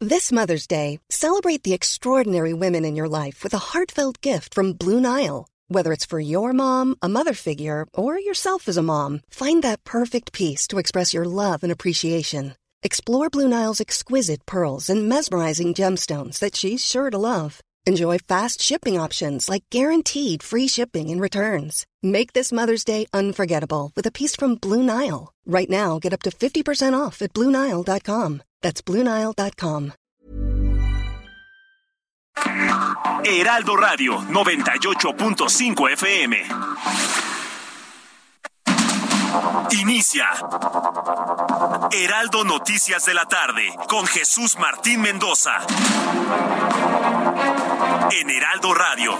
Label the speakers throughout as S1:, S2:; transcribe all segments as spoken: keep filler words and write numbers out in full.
S1: This Mother's Day, celebrate the extraordinary women in your life with a heartfelt gift from Blue Nile. Whether it's for your mom, a mother figure, or yourself as a mom, find that perfect piece to express your love and appreciation. Explore Blue Nile's exquisite pearls and mesmerizing gemstones that she's sure to love. Enjoy fast shipping options like guaranteed free shipping and returns. Make this Mother's Day unforgettable with a piece from Blue Nile. Right now, get up to fifty percent off at Blue Nile dot com. That's Blue Nile dot com.
S2: Heraldo Radio noventa y ocho punto cinco F M. Inicia Heraldo Noticias de la tarde con Jesús Martín Mendoza en Heraldo Radio.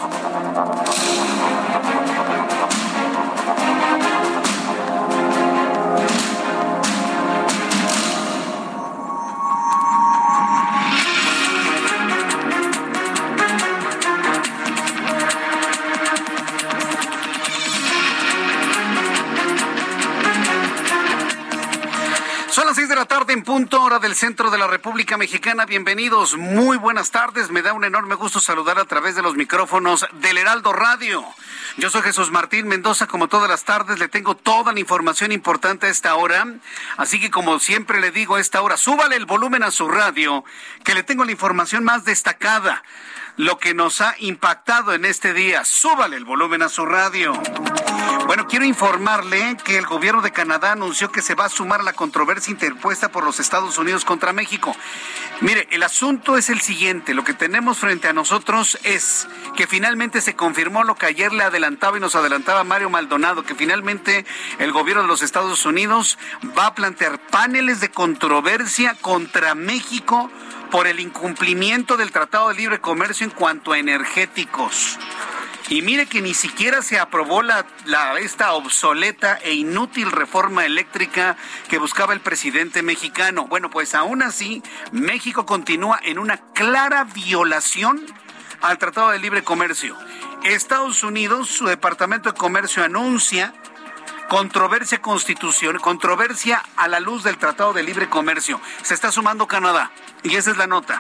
S3: Son las seis de la tarde en punto, hora del centro de la República Mexicana. Bienvenidos, muy buenas tardes. Me da un enorme gusto saludar a través de los micrófonos del Heraldo Radio. Yo soy Jesús Martín Mendoza, como todas las tardes le tengo toda la información importante a esta hora. Así que como siempre le digo a esta hora, súbale el volumen a su radio, que le tengo la información más destacada. Lo que nos ha impactado en este día. Súbale el volumen a su radio. Bueno, quiero informarle que el gobierno de Canadá anunció que se va a sumar a la controversia interpuesta por los Estados Unidos contra México. Mire, el asunto es el siguiente. Lo que tenemos frente a nosotros es que finalmente se confirmó lo que ayer le adelantaba y nos adelantaba Mario Maldonado, que finalmente el gobierno de los Estados Unidos va a plantear paneles de controversia contra México por el incumplimiento del Tratado de Libre Comercio en cuanto a energéticos. Y mire que ni siquiera se aprobó la, la esta obsoleta e inútil reforma eléctrica que buscaba el presidente mexicano. Bueno, pues aún así, México continúa en una clara violación al Tratado de Libre Comercio. Estados Unidos, su Departamento de Comercio anuncia controversia constitucional, controversia a la luz del Tratado de Libre Comercio. Se está sumando Canadá. Y esa es la nota.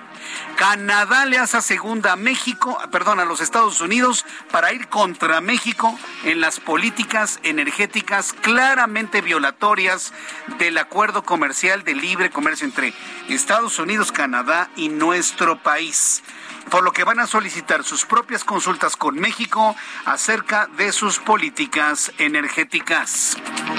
S3: Canadá le hace segunda a México, perdón, a los Estados Unidos para ir contra México en las políticas energéticas claramente violatorias del acuerdo comercial de libre comercio entre Estados Unidos, Canadá y nuestro país. Por lo que van a solicitar sus propias consultas con México acerca de sus políticas energéticas.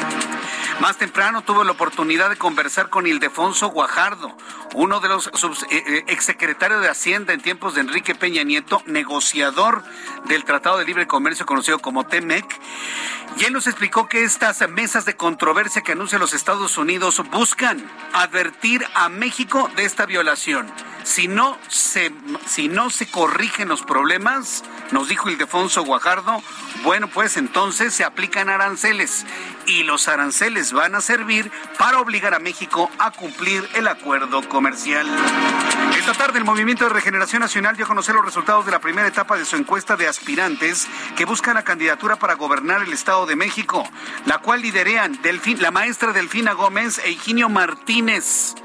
S3: Más temprano tuve la oportunidad de conversar con Ildefonso Guajardo, uno de los subs, eh, exsecretarios de Hacienda en tiempos de Enrique Peña Nieto, negociador del Tratado de Libre Comercio conocido como T M E C, y él nos explicó que estas mesas de controversia que anuncian los Estados Unidos buscan advertir a México de esta violación. Si no se, si no se corrigen los problemas, nos dijo Ildefonso Guajardo, bueno, pues entonces se aplican aranceles y los aranceles van a servir para obligar a México a cumplir el acuerdo comercial. Esta tarde el Movimiento de Regeneración Nacional dio a conocer los resultados de la primera etapa de su encuesta de aspirantes que buscan la candidatura para gobernar el Estado de México, la cual liderean Delfín, la maestra Delfina Gómez e Higinio Martínez.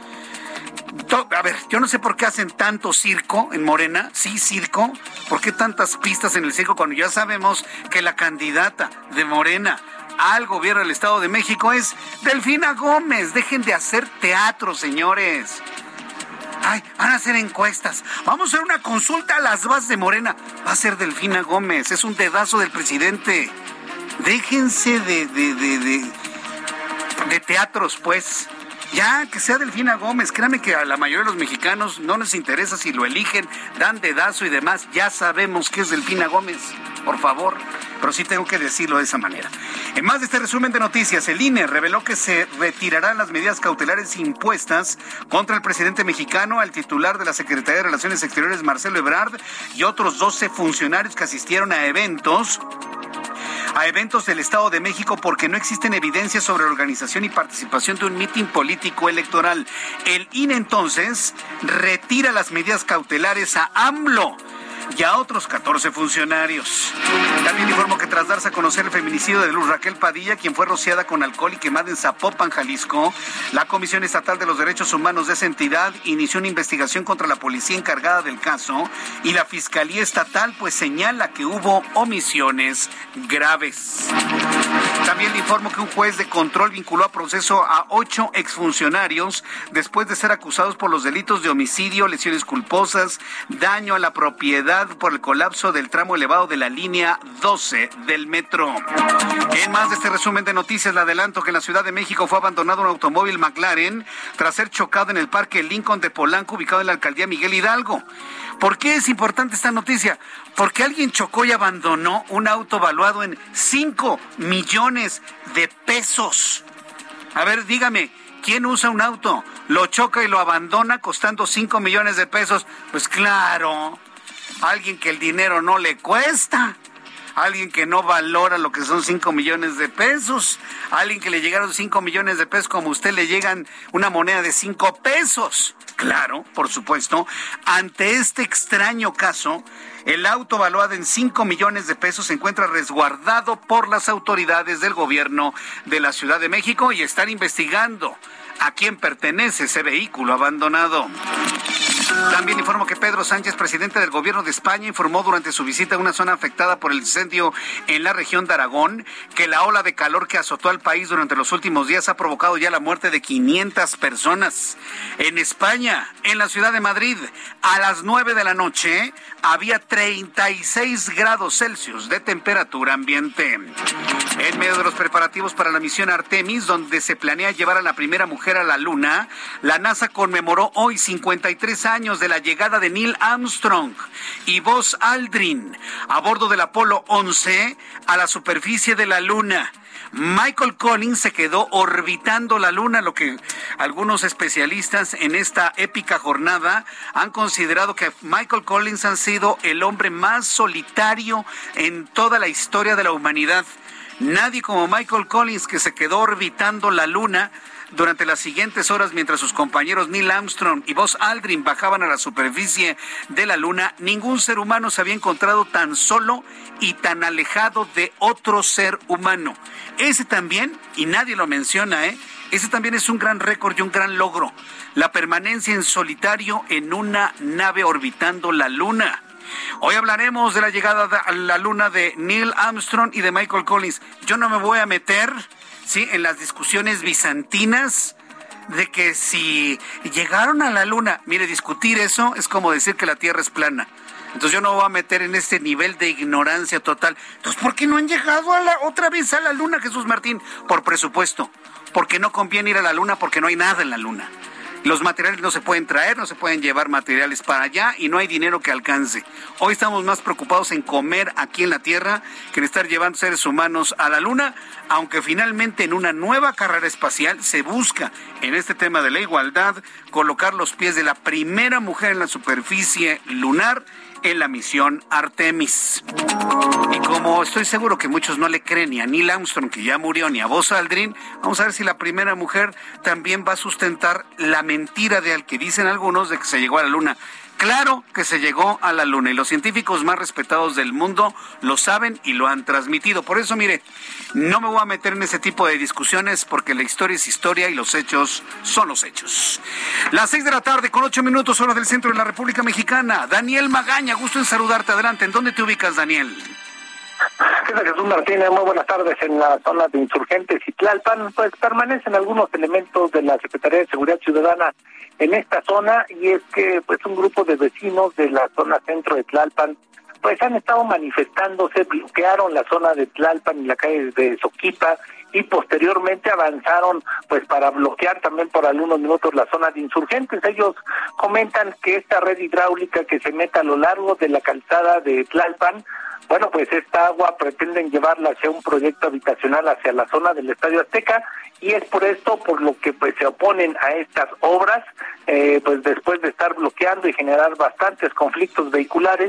S3: A ver, yo no sé por qué hacen tanto circo en Morena, sí, circo, ¿por qué tantas pistas en el circo cuando ya sabemos que la candidata de Morena al gobierno del Estado de México es Delfina Gómez? Dejen de hacer teatro, señores. Ay, van a hacer encuestas. Vamos a hacer una consulta a las bases de Morena. Va a ser Delfina Gómez, es un dedazo del presidente. Déjense de, de, de, de, de teatros, pues. Ya, que sea Delfina Gómez. Créanme que a la mayoría de los mexicanos no les interesa si lo eligen, dan dedazo y demás. Ya sabemos que es Delfina Gómez, por favor. Pero sí tengo que decirlo de esa manera. En más de este resumen de noticias, el I N E reveló que se retirarán las medidas cautelares impuestas contra el presidente mexicano, al titular de la Secretaría de Relaciones Exteriores, Marcelo Ebrard, y otros doce funcionarios que asistieron a eventos a eventos del Estado de México porque no existen evidencias sobre la organización y participación de un mitin político electoral. El I N E entonces retira las medidas cautelares a AMLO, y a otros catorce funcionarios. También informó que tras darse a conocer el feminicidio de Luz Raquel Padilla, quien fue rociada con alcohol y quemada en Zapopan, Jalisco, la Comisión Estatal de los Derechos Humanos de esa entidad inició una investigación contra la policía encargada del caso y la Fiscalía Estatal pues señala que hubo omisiones graves. También le informo que un juez de control vinculó a proceso a ocho exfuncionarios después de ser acusados por los delitos de homicidio, lesiones culposas, daño a la propiedad por el colapso del tramo elevado de la línea doce del metro. En más de este resumen de noticias, le adelanto que en la Ciudad de México fue abandonado un automóvil McLaren tras ser chocado en el Parque Lincoln de Polanco, ubicado en la alcaldía Miguel Hidalgo. ¿Por qué es importante esta noticia? Porque alguien chocó y abandonó un auto valuado en cinco millones de pesos. A ver, dígame, ¿quién usa un auto, lo choca y lo abandona costando cinco millones de pesos? Pues claro, alguien que el dinero no le cuesta. Alguien que no valora lo que son cinco millones de pesos. Alguien que le llegaron cinco millones de pesos como a usted le llegan una moneda de cinco pesos. Claro, por supuesto. Ante este extraño caso, el auto valuado en cinco millones de pesos se encuentra resguardado por las autoridades del gobierno de la Ciudad de México y están investigando a quién pertenece ese vehículo abandonado. También informo que Pedro Sánchez, presidente del gobierno de España, informó durante su visita a una zona afectada por el incendio en la región de Aragón que la ola de calor que azotó al país durante los últimos días ha provocado ya la muerte de quinientas personas. En España, en la ciudad de Madrid, a las nueve de la noche había treinta y seis grados Celsius de temperatura ambiente. En medio de los preparativos para la misión Artemis, donde se planea llevar a la primera mujer a la Luna, la NASA conmemoró hoy cincuenta y tres años de la llegada de Neil Armstrong y Buzz Aldrin a bordo del Apolo once a la superficie de la Luna. Michael Collins se quedó orbitando la Luna, lo que algunos especialistas en esta épica jornada han considerado que Michael Collins ha sido el hombre más solitario en toda la historia de la humanidad. Nadie como Michael Collins, que se quedó orbitando la Luna durante las siguientes horas mientras sus compañeros Neil Armstrong y Buzz Aldrin bajaban a la superficie de la Luna. Ningún ser humano se había encontrado tan solo y tan alejado de otro ser humano. Ese también, y nadie lo menciona, ¿eh? Ese también es un gran récord y un gran logro. La permanencia en solitario en una nave orbitando la Luna. Hoy hablaremos de la llegada a la Luna de Neil Armstrong y de Michael Collins. Yo no me voy a meter, sí, en las discusiones bizantinas de que si llegaron a la Luna. Mire, discutir eso es como decir que la Tierra es plana. Entonces yo no me voy a meter en este nivel de ignorancia total. Entonces, ¿por qué no han llegado a la, otra vez a la Luna, Jesús Martín? Por presupuesto. Porque no conviene ir a la Luna, porque no hay nada en la Luna. Los materiales no se pueden traer, no se pueden llevar materiales para allá y no hay dinero que alcance. Hoy estamos más preocupados en comer aquí en la Tierra que en estar llevando seres humanos a la Luna, aunque finalmente en una nueva carrera espacial se busca, en este tema de la igualdad, colocar los pies de la primera mujer en la superficie lunar en la misión Artemis. Y como estoy seguro que muchos no le creen ni a Neil Armstrong, que ya murió, ni a Buzz Aldrin, vamos a ver si la primera mujer también va a sustentar la mentira de al que dicen algunos de que se llegó a la Luna. Claro que se llegó a la Luna y los científicos más respetados del mundo lo saben y lo han transmitido. Por eso, mire, no me voy a meter en ese tipo de discusiones porque la historia es historia y los hechos son los hechos. Las seis de la tarde con ocho minutos, hora del centro de la República Mexicana. Daniel Magaña, gusto en saludarte. Adelante. ¿En dónde te ubicas, Daniel?
S4: ¿Qué tal, Jesús Martínez? Muy buenas tardes. En la zona de Insurgentes y Tlalpan, pues permanecen algunos elementos de la Secretaría de Seguridad Ciudadana en esta zona, y es que pues un grupo de vecinos de la zona centro de Tlalpan pues han estado manifestándose, bloquearon la zona de Tlalpan y la calle de Soquipa y posteriormente avanzaron pues para bloquear también por algunos minutos la zona de Insurgentes. Ellos comentan que esta red hidráulica que se mete a lo largo de la calzada de Tlalpan, bueno, pues esta agua pretenden llevarla hacia un proyecto habitacional hacia la zona del Estadio Azteca, y es por esto por lo que pues se oponen a estas obras, eh, pues después de estar bloqueando y generar bastantes conflictos vehiculares,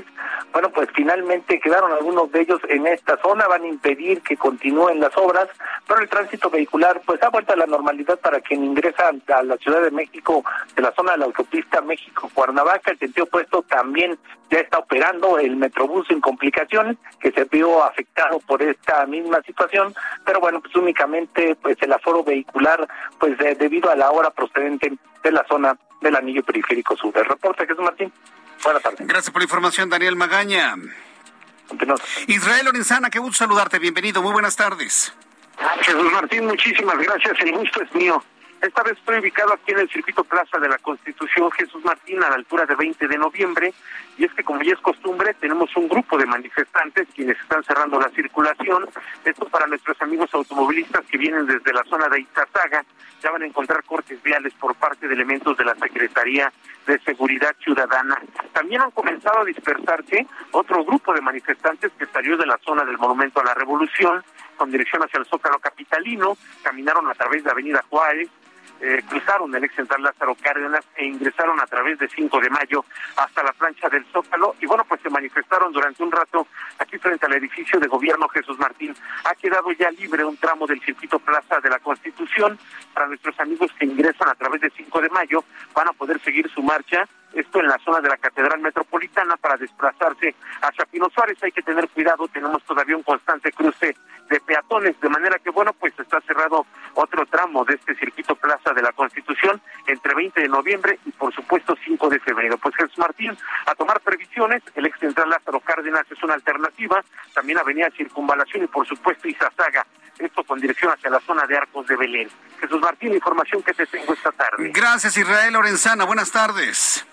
S4: bueno, pues finalmente quedaron algunos de ellos en esta zona, van a impedir que continúen las obras, pero el tránsito vehicular pues ha vuelto a la normalidad para quien ingresa a la Ciudad de México de la zona de la autopista México-Cuernavaca. El sentido opuesto también ya está operando el Metrobús sin complicaciones, que se vio afectado por esta misma situación, pero bueno, pues únicamente pues el aforo vehicular pues eh, debido a la hora procedente de la zona del anillo periférico sur. El reporte, Jesús Martín. Buenas tardes.
S3: Gracias por la información, Daniel Magaña.
S4: Continuamos.
S3: Israel Lorenzana, qué gusto saludarte, bienvenido, muy buenas tardes.
S5: Jesús Martín, muchísimas gracias, el gusto es mío. Esta vez estoy ubicado aquí en el Circuito Plaza de la Constitución, Jesús Martín, a la altura de veinte de noviembre, y es que como ya es costumbre, tenemos un grupo de manifestantes quienes están cerrando la circulación. Esto para nuestros amigos automovilistas que vienen desde la zona de Izazaga. Ya van a encontrar cortes viales por parte de elementos de la Secretaría de Seguridad Ciudadana. También han comenzado a dispersarse otro grupo de manifestantes que salió de la zona del Monumento a la Revolución con dirección hacia el Zócalo capitalino, caminaron a través de Avenida Juárez, Eh, cruzaron el ex central Lázaro Cárdenas e ingresaron a través de cinco de mayo hasta la plancha del Zócalo y bueno, pues se manifestaron durante un rato aquí frente al edificio de gobierno. Jesús Martín, ha quedado ya libre un tramo del Circuito Plaza de la Constitución para nuestros amigos que ingresan a través de cinco de mayo, van a poder seguir su marcha, esto en la zona de la Catedral Metropolitana, para desplazarse hacia Pino Suárez. Hay que tener cuidado, tenemos todavía un constante cruce de peatones, de manera que bueno, pues está cerrado otro tramo de este Circuito Plaza de la Constitución entre veinte de noviembre y por supuesto cinco de febrero. Pues Jesús Martín, a tomar previsiones, el ex central Lázaro Cárdenas es una alternativa, también Avenida Circunvalación y por supuesto Izazaga, esto con dirección hacia la zona de Arcos de Belén. Jesús Martín, información que te tengo esta tarde.
S3: Gracias, Israel Lorenzana, buenas tardes.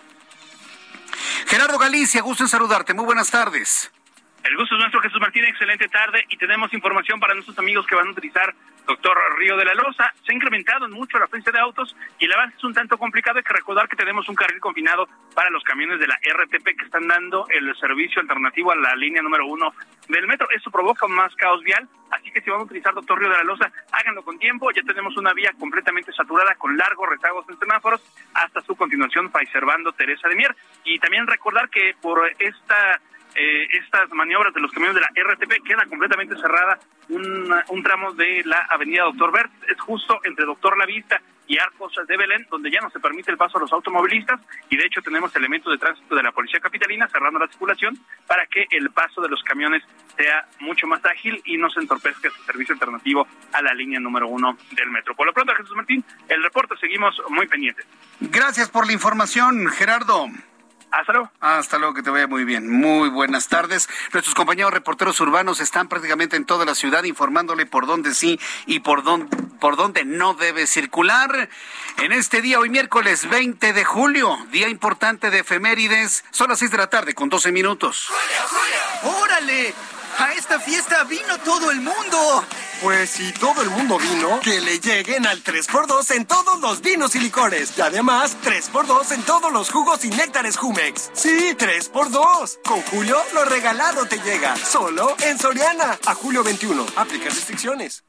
S3: Gerardo Galicia, gusto en saludarte, muy buenas tardes.
S6: El gusto es nuestro, Jesús Martín, excelente tarde, y tenemos información para nuestros amigos que van a utilizar Doctor Río de la Loza. Se ha incrementado mucho la afluencia de autos y la verdad es un tanto complicado. Hay que recordar que tenemos un carril confinado para los camiones de la R T P que están dando el servicio alternativo a la línea número uno del metro. Eso provoca más caos vial, así que si van a utilizar Doctor Río de la Loza, háganlo con tiempo. Ya tenemos una vía completamente saturada con largos rezagos en semáforos hasta su continuación Fray Servando Teresa de Mier. Y también recordar que por esta... Eh, estas maniobras de los camiones de la R T P queda completamente cerrada un, un tramo de la avenida Doctor Bert, es justo entre Doctor La Vista y Arcos de Belén, donde ya no se permite el paso a los automovilistas, y de hecho tenemos elementos de tránsito de la Policía Capitalina cerrando la circulación para que el paso de los camiones sea mucho más ágil y no se entorpezca su servicio alternativo a la línea número uno del metro. Por lo pronto, Jesús Martín, el reporte, seguimos muy pendientes.
S3: Gracias por la información, Gerardo.
S6: Hasta luego.
S3: Hasta luego, que te vaya muy bien. Muy buenas tardes. Nuestros compañeros reporteros urbanos están prácticamente en toda la ciudad informándole por dónde sí y por dónde, por dónde no debe circular. En este día, hoy miércoles veinte de julio, día importante de efemérides. Son las seis de la tarde con doce minutos.
S7: ¡Órale! ¡A esta fiesta vino todo el mundo!
S8: Pues si todo el mundo vino, que le lleguen al tres por dos en todos los vinos y licores. Y además, tres por dos en todos los jugos y néctares Jumex. Sí, tres por dos. Con Julio, lo regalado te llega. Solo en Soriana. A julio veintiuno. Aplica restricciones.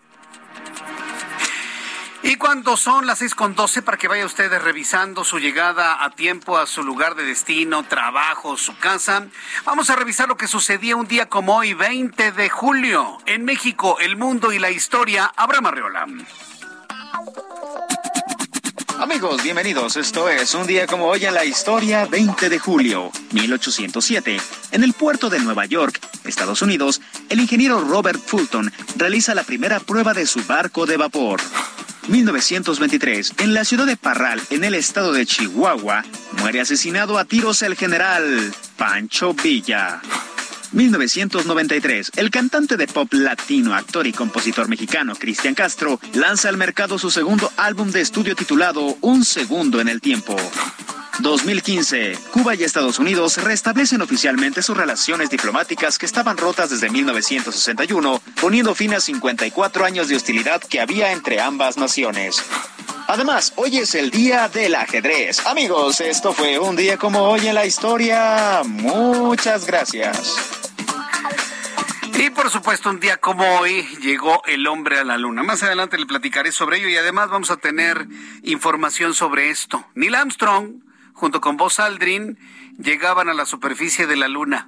S3: Y cuando son las seis con doce, para que vaya ustedes revisando su llegada a tiempo a su lugar de destino, trabajo, su casa, vamos a revisar lo que sucedía un día como hoy, veinte de julio, en México, el mundo y la historia. Abraham Arreola.
S9: Amigos, bienvenidos. Esto es un día como hoy en la historia, veinte de julio, mil ochocientos siete. En el puerto de Nueva York, Estados Unidos, el ingeniero Robert Fulton realiza la primera prueba de su barco de vapor. mil novecientos veintitrés, en la ciudad de Parral, en el estado de Chihuahua, muere asesinado a tiros el general Pancho Villa. mil novecientos noventa y tres, el cantante de pop latino, actor y compositor mexicano Cristian Castro lanza al mercado su segundo álbum de estudio titulado Un Segundo en el Tiempo. dos mil quince, Cuba y Estados Unidos restablecen oficialmente sus relaciones diplomáticas que estaban rotas desde mil novecientos sesenta y uno, poniendo fin a cincuenta y cuatro años de hostilidad que había entre ambas naciones. Además, hoy es el día del ajedrez. Amigos, esto fue un día como hoy en la historia. Muchas gracias.
S3: Y por supuesto, un día como hoy llegó el hombre a la luna. Más adelante le platicaré sobre ello y además vamos a tener información sobre esto. Neil Armstrong, junto con Buzz Aldrin, llegaban a la superficie de la luna.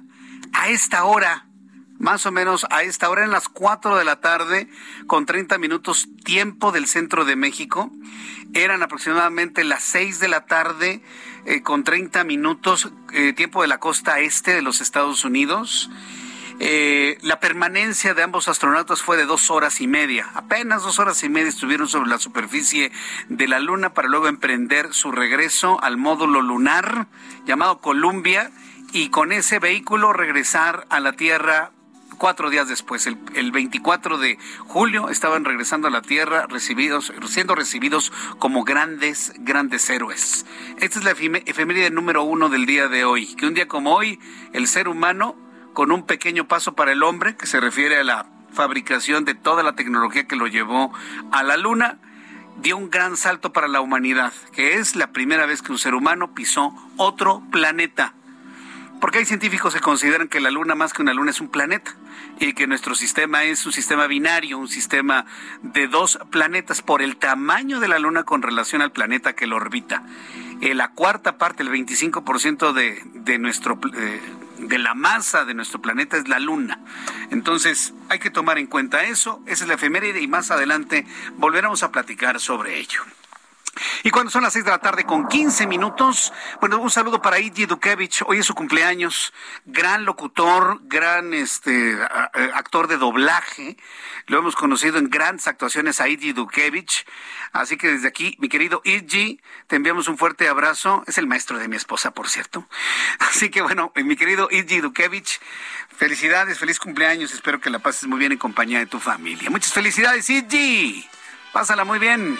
S3: a esta hora, más o menos a esta hora, en las cuatro de la tarde, con treinta minutos tiempo del centro de México. Eran aproximadamente las seis de la tarde, eh, con treinta minutos eh, tiempo de la costa este de los Estados Unidos. Eh, la permanencia de ambos astronautas fue de dos horas y media. Apenas dos horas y media estuvieron sobre la superficie de la Luna para luego emprender su regreso al módulo lunar llamado Columbia y con ese vehículo regresar a la Tierra cuatro días después. El, el veinticuatro de julio estaban regresando a la Tierra, recibidos, siendo recibidos como grandes, grandes héroes. Esta es la efeméride número uno del día de hoy. Que un día como hoy, el ser humano, con un pequeño paso para el hombre, que se refiere a la fabricación de toda la tecnología que lo llevó a la Luna, dio un gran salto para la humanidad, que es la primera vez que un ser humano pisó otro planeta. Porque hay científicos que consideran que la Luna, más que una luna, es un planeta, y que nuestro sistema es un sistema binario, un sistema de dos planetas por el tamaño de la Luna con relación al planeta que lo orbita. Eh, la cuarta parte, el veinticinco por ciento de, de nuestro eh, de la masa de nuestro planeta es la Luna. Entonces hay que tomar en cuenta eso. Esa es la efeméride y más adelante volveremos a platicar sobre ello. Y cuando son las seis de la tarde con quince minutos, bueno, un saludo para Iggy Dukevich. Hoy es su cumpleaños. Gran locutor, gran este actor de doblaje. Lo hemos conocido en grandes actuaciones a Iggy Dukevich. Así que desde aquí, mi querido Iggy, te enviamos un fuerte abrazo. Es el maestro de mi esposa, por cierto. Así que bueno, mi querido Iggy Dukevich, felicidades, feliz cumpleaños. Espero que la pases muy bien en compañía de tu familia. Muchas felicidades, Iggy. Pásala muy bien.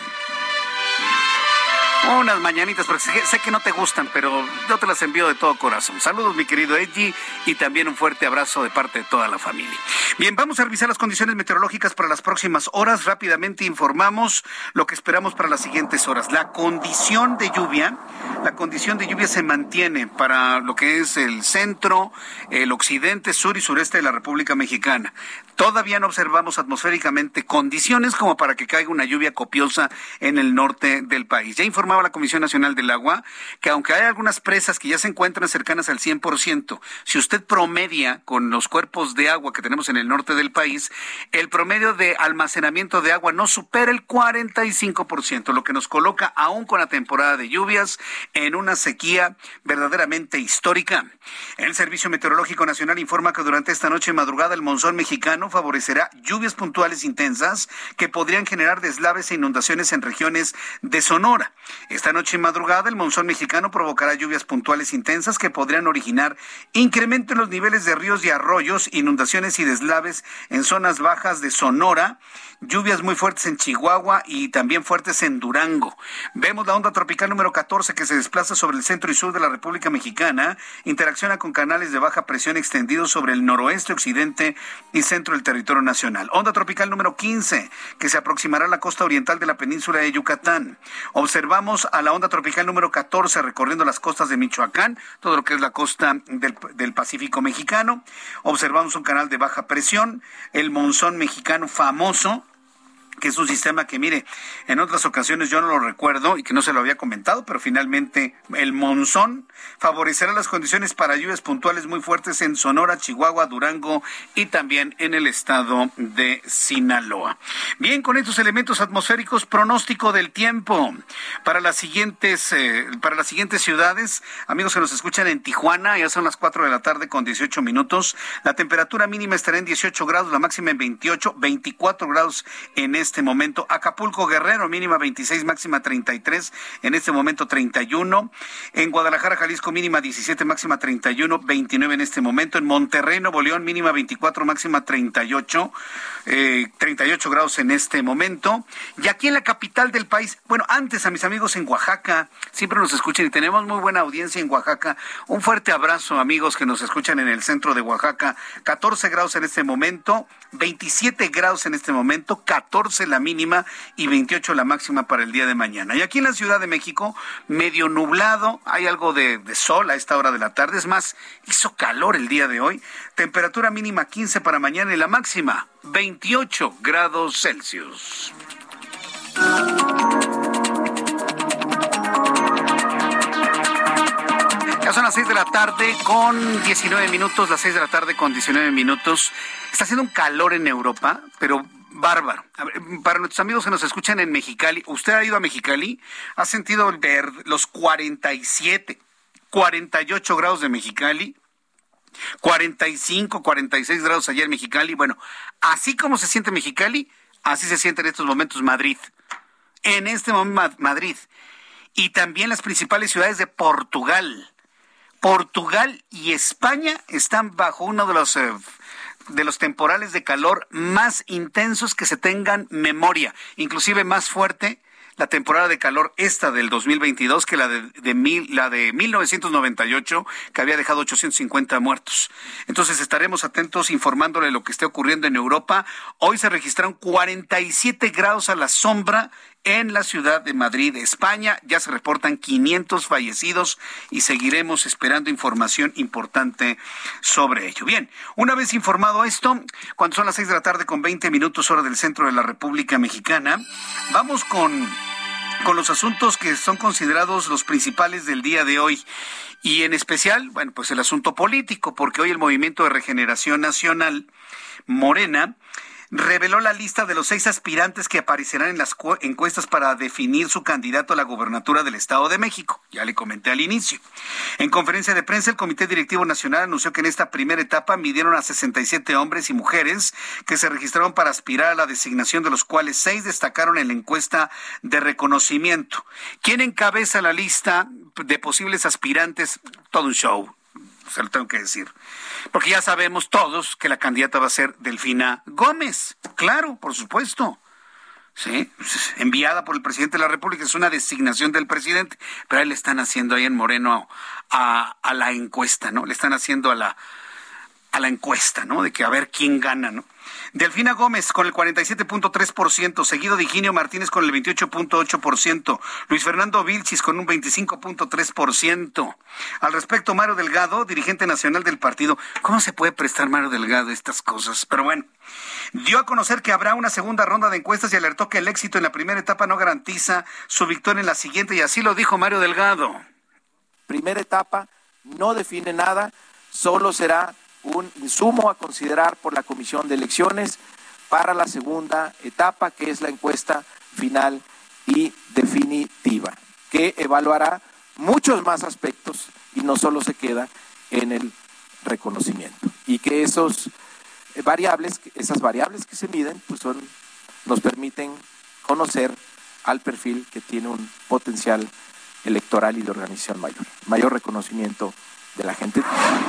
S3: Unas mañanitas, porque sé que no te gustan, pero yo te las envío de todo corazón. Saludos, mi querido Edgy, y también un fuerte abrazo de parte de toda la familia. Bien, vamos a revisar las condiciones meteorológicas para las próximas horas. Rápidamente informamos lo que esperamos para las siguientes horas. La condición de lluvia, la condición de lluvia se mantiene para lo que es el centro, el occidente, sur y sureste de la República Mexicana. Todavía no observamos atmosféricamente condiciones como para que caiga una lluvia copiosa en el norte del país. Ya informaba la Comisión Nacional del Agua que aunque hay algunas presas que ya se encuentran cercanas al cien por ciento, si usted promedia con los cuerpos de agua que tenemos en el norte del país, el promedio de almacenamiento de agua no supera el cuarenta y cinco por ciento, lo que nos coloca, aún con la temporada de lluvias, en una sequía verdaderamente histórica. El Servicio Meteorológico Nacional informa que durante esta noche y madrugada el monzón mexicano favorecerá lluvias puntuales intensas que podrían generar deslaves e inundaciones en regiones de Sonora. Esta noche y madrugada el monzón mexicano provocará lluvias puntuales intensas que podrían originar incremento en los niveles de ríos y arroyos, inundaciones y deslaves en zonas bajas de Sonora, lluvias muy fuertes en Chihuahua y también fuertes en Durango. Vemos la onda tropical número catorce que se desplaza sobre el centro y sur de la República Mexicana, interacciona con canales de baja presión extendidos sobre el noroeste, occidente y centro del territorio nacional. Onda tropical número quince que se aproximará a la costa oriental de la península de Yucatán. Observamos a la onda tropical número catorce recorriendo las costas de Michoacán, todo lo que es la costa del, del Pacífico mexicano. Observamos un canal de baja presión, el monzón mexicano famoso, que es un sistema que, mire, en otras ocasiones yo no lo recuerdo y que no se lo había comentado, pero finalmente el monzón favorecerá las condiciones para lluvias puntuales muy fuertes en Sonora, Chihuahua, Durango y también en el estado de Sinaloa. Bien, con estos elementos atmosféricos, pronóstico del tiempo para las siguientes, eh, para las siguientes ciudades. Amigos que nos escuchan en Tijuana, ya son las cuatro de la tarde con dieciocho minutos. La temperatura mínima estará en dieciocho grados, la máxima en veintiocho, veinticuatro grados en este este momento. Acapulco, Guerrero, mínima veintiséis, máxima treinta y tres, en este momento treinta y uno. En Guadalajara, Jalisco, mínima diecisiete, máxima treinta y uno, veintinueve en este momento. En Monterrey, Nuevo León, mínima veinticuatro, máxima treinta y ocho, eh, treinta y ocho grados en este momento. Y aquí en la capital del país, bueno, antes a mis amigos en Oaxaca, siempre nos escuchan y tenemos muy buena audiencia en Oaxaca. Un fuerte abrazo, amigos que nos escuchan en el centro de Oaxaca. catorce grados en este momento, veintisiete grados en este momento, catorce la mínima y veintiocho la máxima para el día de mañana. Y aquí en la Ciudad de México, medio nublado, hay algo de, de sol a esta hora de la tarde. Es más, hizo calor el día de hoy. Temperatura mínima quince para mañana y la máxima veintiocho grados Celsius. Ya son las seis de la tarde con diecinueve minutos, las seis de la tarde con diecinueve minutos. Está haciendo un calor en Europa, pero bárbaro. A ver, para nuestros amigos que nos escuchan en Mexicali, ¿usted ha ido a Mexicali? ¿Ha sentido ver los cuarenta y siete, cuarenta y ocho grados de Mexicali? cuarenta y cinco, cuarenta y seis grados allá en Mexicali. Bueno, así como se siente Mexicali, así se siente en estos momentos Madrid. En este momento Madrid. Y también las principales ciudades de Portugal. Portugal y España están bajo uno de los eh, de los temporales de calor más intensos que se tengan memoria, inclusive más fuerte la temporada de calor esta del dos mil veintidós que la de, de mil, la de mil novecientos noventa y ocho, que había dejado ochocientos cincuenta muertos. Entonces estaremos atentos informándole lo que esté ocurriendo en Europa. Hoy se registraron cuarenta y siete grados a la sombra en la ciudad de Madrid, España. Ya se reportan quinientos fallecidos y seguiremos esperando información importante sobre ello. Bien, una vez informado esto, cuando son las seis de la tarde con veinte minutos hora del centro de la República Mexicana, vamos con, con los asuntos que son considerados los principales del día de hoy. Y en especial, bueno, pues el asunto político, porque hoy el Movimiento de Regeneración Nacional, Morena, reveló la lista de los seis aspirantes que aparecerán en las encuestas para definir su candidato a la gubernatura del Estado de México. Ya le comenté al inicio. En conferencia de prensa, el Comité Directivo Nacional anunció que en esta primera etapa midieron a sesenta y siete hombres y mujeres que se registraron para aspirar a la designación, de los cuales seis destacaron en la encuesta de reconocimiento. ¿Quién encabeza la lista de posibles aspirantes? Todo un show, se lo tengo que decir. Porque ya sabemos todos que la candidata va a ser Delfina Gómez. Claro, por supuesto. Sí, enviada por el presidente de la República, es una designación del presidente, pero ahí le están haciendo ahí en Moreno a, a la encuesta, ¿no? Le están haciendo a la, a la encuesta, ¿no? De que a ver quién gana, ¿no? Delfina Gómez con el cuarenta y siete punto tres por ciento, seguido de Higinio Martínez con el veintiocho punto ocho por ciento, Luis Fernando Vilchis con un veinticinco punto tres por ciento. Al respecto, Mario Delgado, dirigente nacional del partido, ¿cómo se puede prestar Mario Delgado a estas cosas? Pero bueno, dio a conocer que habrá una segunda ronda de encuestas y alertó que el éxito en la primera etapa no garantiza su victoria en la siguiente, y así lo dijo Mario Delgado.
S10: Primera etapa no define nada, solo será un insumo a considerar por la Comisión de Elecciones para la segunda etapa, que es la encuesta final y definitiva, que evaluará muchos más aspectos y no solo se queda en el reconocimiento. Y que esos variables, esas variables que se miden, pues son, nos permiten conocer al perfil que tiene un potencial electoral y de organización mayor, mayor reconocimiento de la gente.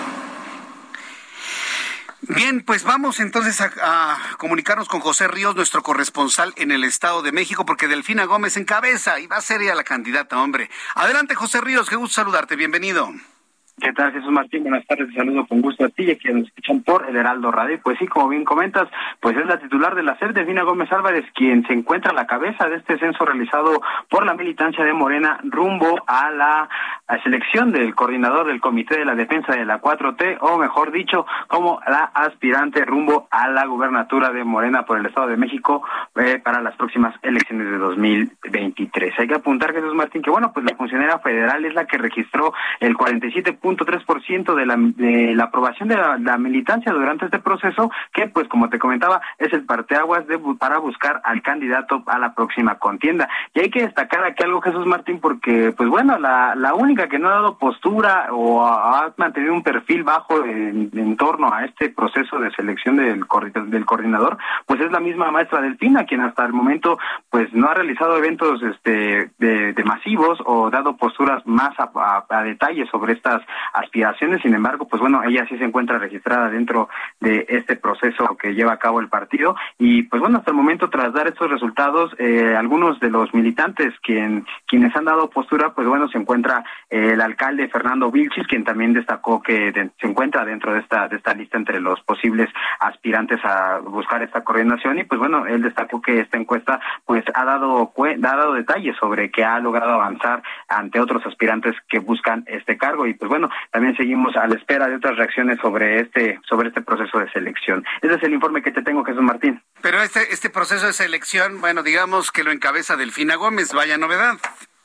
S3: Bien, pues vamos entonces a, a comunicarnos con José Ríos, nuestro corresponsal en el Estado de México, porque Delfina Gómez encabeza y va a ser ella la candidata, hombre. Adelante, José Ríos, qué gusto saludarte, bienvenido.
S11: ¿Qué tal, Jesús Martín? Buenas tardes, te saludo con gusto a ti y a quienes nos escuchan por el Heraldo Radio. Pues sí, como bien comentas, pues es la titular de la S E P, Delfina Gómez Álvarez, quien se encuentra a la cabeza de este censo realizado por la militancia de Morena rumbo a la a selección del coordinador del Comité de la Defensa de la cuatro T, o mejor dicho, como la aspirante rumbo a la gubernatura de Morena por el Estado de México eh, para las próximas elecciones de dos mil veintitrés. Hay que apuntar, Jesús Martín, que bueno, pues la funcionaria federal es la que registró el cuarenta y siete punto tres por ciento de la, de la aprobación de la, la militancia durante este proceso, que pues como te comentaba es el parteaguas de, para buscar al candidato a la próxima contienda. Y hay que destacar aquí algo, Jesús Martín, porque pues bueno, la, la única que no ha dado postura o ha, ha mantenido un perfil bajo en, en torno a este proceso de selección del, del coordinador, pues es la misma maestra Delfina, quien hasta el momento pues no ha realizado eventos este de, de masivos o dado posturas más a, a, a detalle sobre estas aspiraciones. Sin embargo, pues bueno, ella sí se encuentra registrada dentro de este proceso que lleva a cabo el partido. Y pues bueno, hasta el momento, tras dar estos resultados, eh, algunos de los militantes quien, quienes han dado postura, pues bueno, se encuentra eh, el alcalde Fernando Vilchis, quien también destacó que de, se encuentra dentro de esta de esta lista entre los posibles aspirantes a buscar esta coordinación. Y pues bueno, él destacó que esta encuesta pues ha dado ha dado detalles sobre que ha logrado avanzar ante otros aspirantes que buscan este cargo. Y pues bueno, también seguimos a la espera de otras reacciones sobre este sobre este proceso de selección. Ese es el informe que te tengo, Jesús Martín.
S3: Pero este este proceso de selección, bueno, digamos que lo encabeza Delfina Gómez, vaya novedad.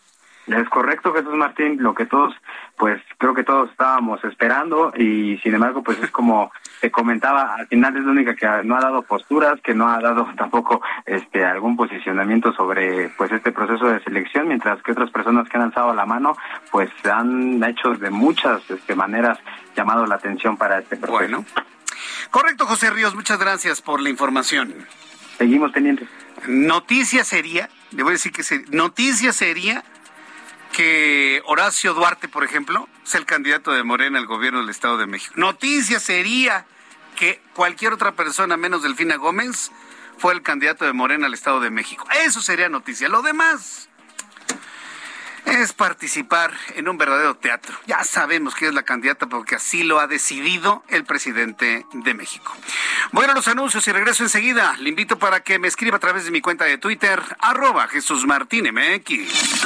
S11: Es correcto, Jesús Martín, lo que todos, pues creo que todos estábamos esperando y sin embargo, pues es como te comentaba, al final es la única que no ha dado posturas, que no ha dado tampoco este algún posicionamiento sobre pues este proceso de selección, mientras que otras personas que han alzado la mano, pues han hecho de muchas este, maneras llamado la atención para este proceso.
S3: Bueno, correcto, José Ríos, muchas gracias por la información.
S11: Seguimos pendientes.
S3: Noticia sería, le voy a decir que sería, noticia sería que Horacio Duarte, por ejemplo, sea el candidato de Morena al gobierno del Estado de México. Noticia sería que cualquier otra persona menos Delfina Gómez fue el candidato de Morena al Estado de México. Eso sería noticia. Lo demás es participar en un verdadero teatro. Ya sabemos que es la candidata porque así lo ha decidido el presidente de México. Voy a los anuncios y regreso enseguida. Le invito para que me escriba a través de mi cuenta de Twitter, arroba Jesús Martín M X.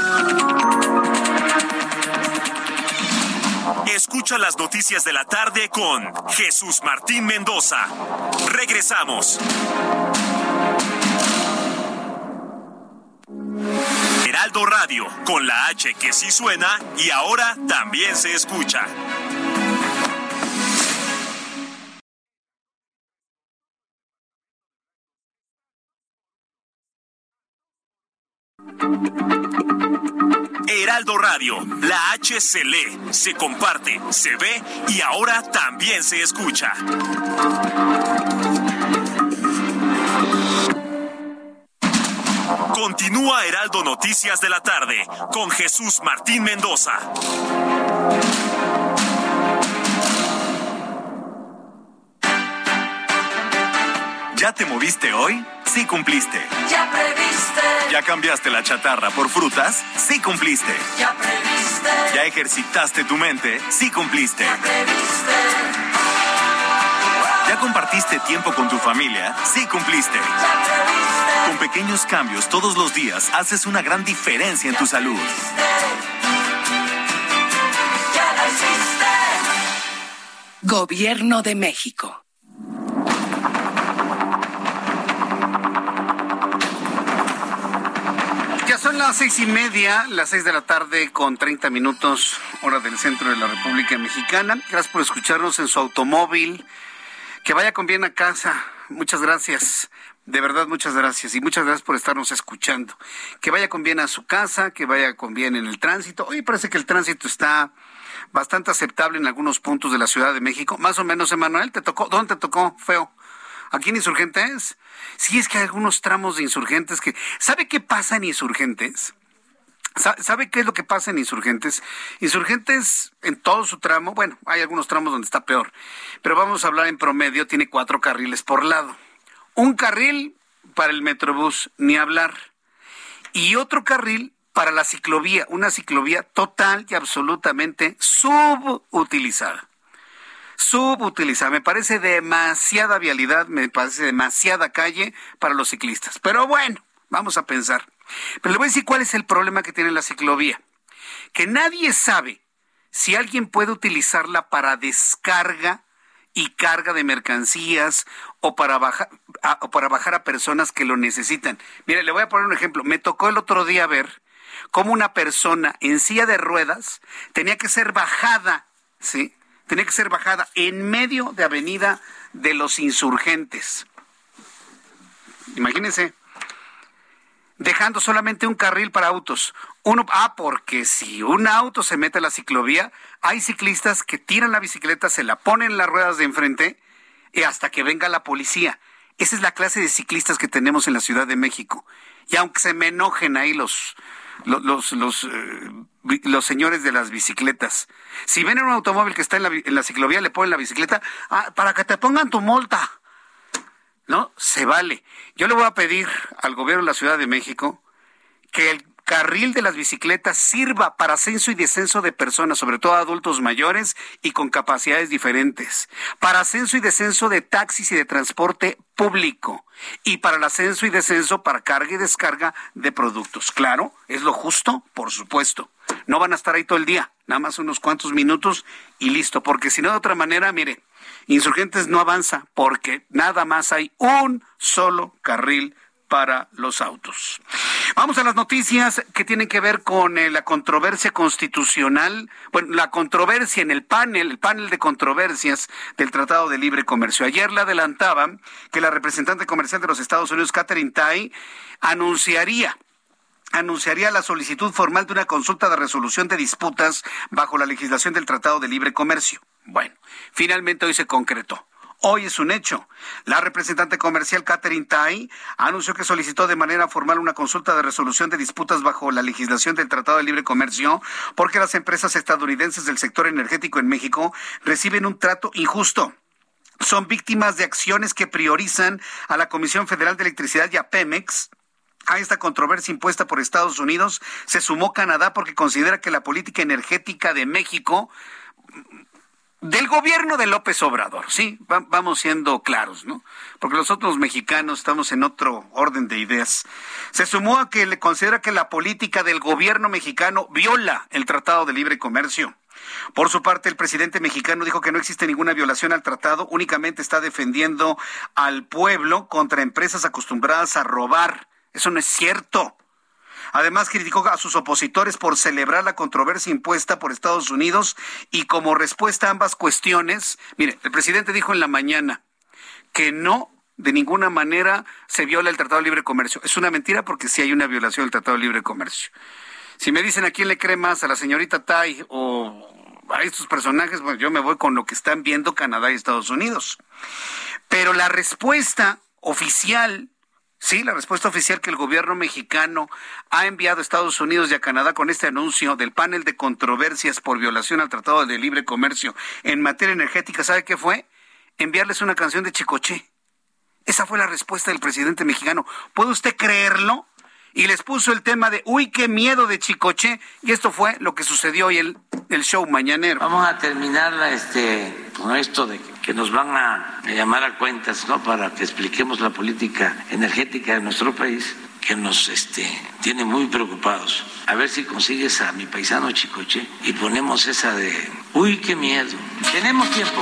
S2: Escucha las noticias de la tarde con Jesús Martín Mendoza. Regresamos. Heraldo Radio, con la H que sí suena y ahora también se escucha. Heraldo Radio, la H se lee, se comparte, se ve y ahora también se escucha. Continúa Heraldo Noticias de la tarde con Jesús Martín Mendoza. ¿Ya te moviste hoy? Sí cumpliste.
S12: Ya previste.
S2: ¿Ya cambiaste la chatarra por frutas? Sí cumpliste.
S12: Ya previste.
S2: ¿Ya ejercitaste tu mente? Sí cumpliste.
S12: Ya previste.
S2: ¿Ya compartiste tiempo con tu familia? Sí cumpliste.
S12: Ya previste.
S2: Con pequeños cambios todos los días haces una gran diferencia en tu salud.
S12: Ya lo hiciste.
S13: Gobierno de México.
S3: Ya son las seis y media, las seis de la tarde con treinta minutos, hora del centro de la República Mexicana. Gracias por escucharnos en su automóvil. Que vaya con bien a casa. Muchas gracias. De verdad, muchas gracias. Y muchas gracias por estarnos escuchando. Que vaya con bien a su casa, que vaya con bien en el tránsito. Hoy parece que el tránsito está bastante aceptable en algunos puntos de la Ciudad de México. Más o menos, Emanuel, ¿te tocó? ¿Dónde te tocó, feo? ¿Aquí en Insurgentes? Sí, es que hay algunos tramos de Insurgentes que... ¿Sabe qué pasa en Insurgentes? ¿Sabe qué es lo que pasa en Insurgentes? Insurgentes en todo su tramo, bueno, hay algunos tramos donde está peor, pero vamos a hablar en promedio, tiene cuatro carriles por lado. Un carril para el Metrobús, ni hablar. Y otro carril para la ciclovía, una ciclovía total y absolutamente subutilizada. Subutilizada. Me parece demasiada vialidad, me parece demasiada calle para los ciclistas. Pero bueno, vamos a pensar. Pero le voy a decir cuál es el problema que tiene la ciclovía. Que nadie sabe si alguien puede utilizarla para descarga y carga de mercancías o para bajar a, o para bajar a personas que lo necesitan. Mire, le voy a poner un ejemplo. Me tocó el otro día ver cómo una persona en silla de ruedas tenía que ser bajada, ¿sí? Tenía que ser bajada en medio de Avenida de los Insurgentes. Imagínense. Dejando solamente un carril para autos. Uno, ah, porque si un auto se mete a la ciclovía, hay ciclistas que tiran la bicicleta, se la ponen en las ruedas de enfrente y hasta que venga la policía. Esa es la clase de ciclistas que tenemos en la Ciudad de México. Y aunque se me enojen ahí los los los, los, eh, los señores de las bicicletas, si ven un automóvil que está en la, en la ciclovía, le ponen la bicicleta, ah, para que te pongan tu multa. No, se vale. Yo le voy a pedir al gobierno de la Ciudad de México que el carril de las bicicletas sirva para ascenso y descenso de personas, sobre todo adultos mayores y con capacidades diferentes, para ascenso y descenso de taxis y de transporte público, y para el ascenso y descenso para carga y descarga de productos. Claro, es lo justo, por supuesto. No van a estar ahí todo el día, nada más unos cuantos minutos y listo, porque si no, de otra manera, mire, Insurgentes no avanza porque nada más hay un solo carril para los autos. Vamos a las noticias que tienen que ver con eh, la controversia constitucional, bueno, la controversia en el panel, el panel de controversias del Tratado de Libre Comercio. Ayer le adelantaban que la representante comercial de los Estados Unidos, Katherine Tai, anunciaría anunciaría la solicitud formal de una consulta de resolución de disputas bajo la legislación del Tratado de Libre Comercio. Bueno, finalmente hoy se concretó. Hoy es un hecho. La representante comercial Katherine Tai anunció que solicitó de manera formal una consulta de resolución de disputas bajo la legislación del Tratado de Libre Comercio porque las empresas estadounidenses del sector energético en México reciben un trato injusto. Son víctimas de acciones que priorizan a la Comisión Federal de Electricidad y a Pemex. A esta controversia impuesta por Estados Unidos se sumó Canadá porque considera que la política energética de México, del gobierno de López Obrador, sí, va, vamos siendo claros, ¿no? Porque nosotros mexicanos estamos en otro orden de ideas. Se sumó a que le considera que la política del gobierno mexicano viola el Tratado de Libre Comercio. Por su parte, el presidente mexicano dijo que no existe ninguna violación al tratado, únicamente está defendiendo al pueblo contra empresas acostumbradas a robar. Eso no es cierto. Además, criticó a sus opositores por celebrar la controversia impuesta por Estados Unidos y como respuesta a ambas cuestiones, mire, el presidente dijo en la mañana que no, de ninguna manera se viola el Tratado de Libre Comercio. Es una mentira porque sí hay una violación del Tratado de Libre Comercio. Si me dicen a quién le cree más, a la señorita Tai o a estos personajes, bueno, yo me voy con lo que están viendo Canadá y Estados Unidos. Pero la respuesta oficial, sí, la respuesta oficial que el gobierno mexicano ha enviado a Estados Unidos y a Canadá con este anuncio del panel de controversias por violación al Tratado de Libre Comercio en materia energética, ¿sabe qué fue? Enviarles una canción de Chicoché. Esa fue la respuesta del presidente mexicano. ¿Puede usted creerlo? Y les puso el tema de uy, qué miedo de Chicoché, y esto fue lo que sucedió hoy el, el show mañanero.
S13: Vamos a terminar este, con esto de que, que nos van a llamar a cuentas, ¿no? Para que expliquemos la política energética de nuestro país, que nos este, tiene muy preocupados. A ver si consigues a mi paisano Chicoché y ponemos esa de uy, qué miedo. Tenemos tiempo.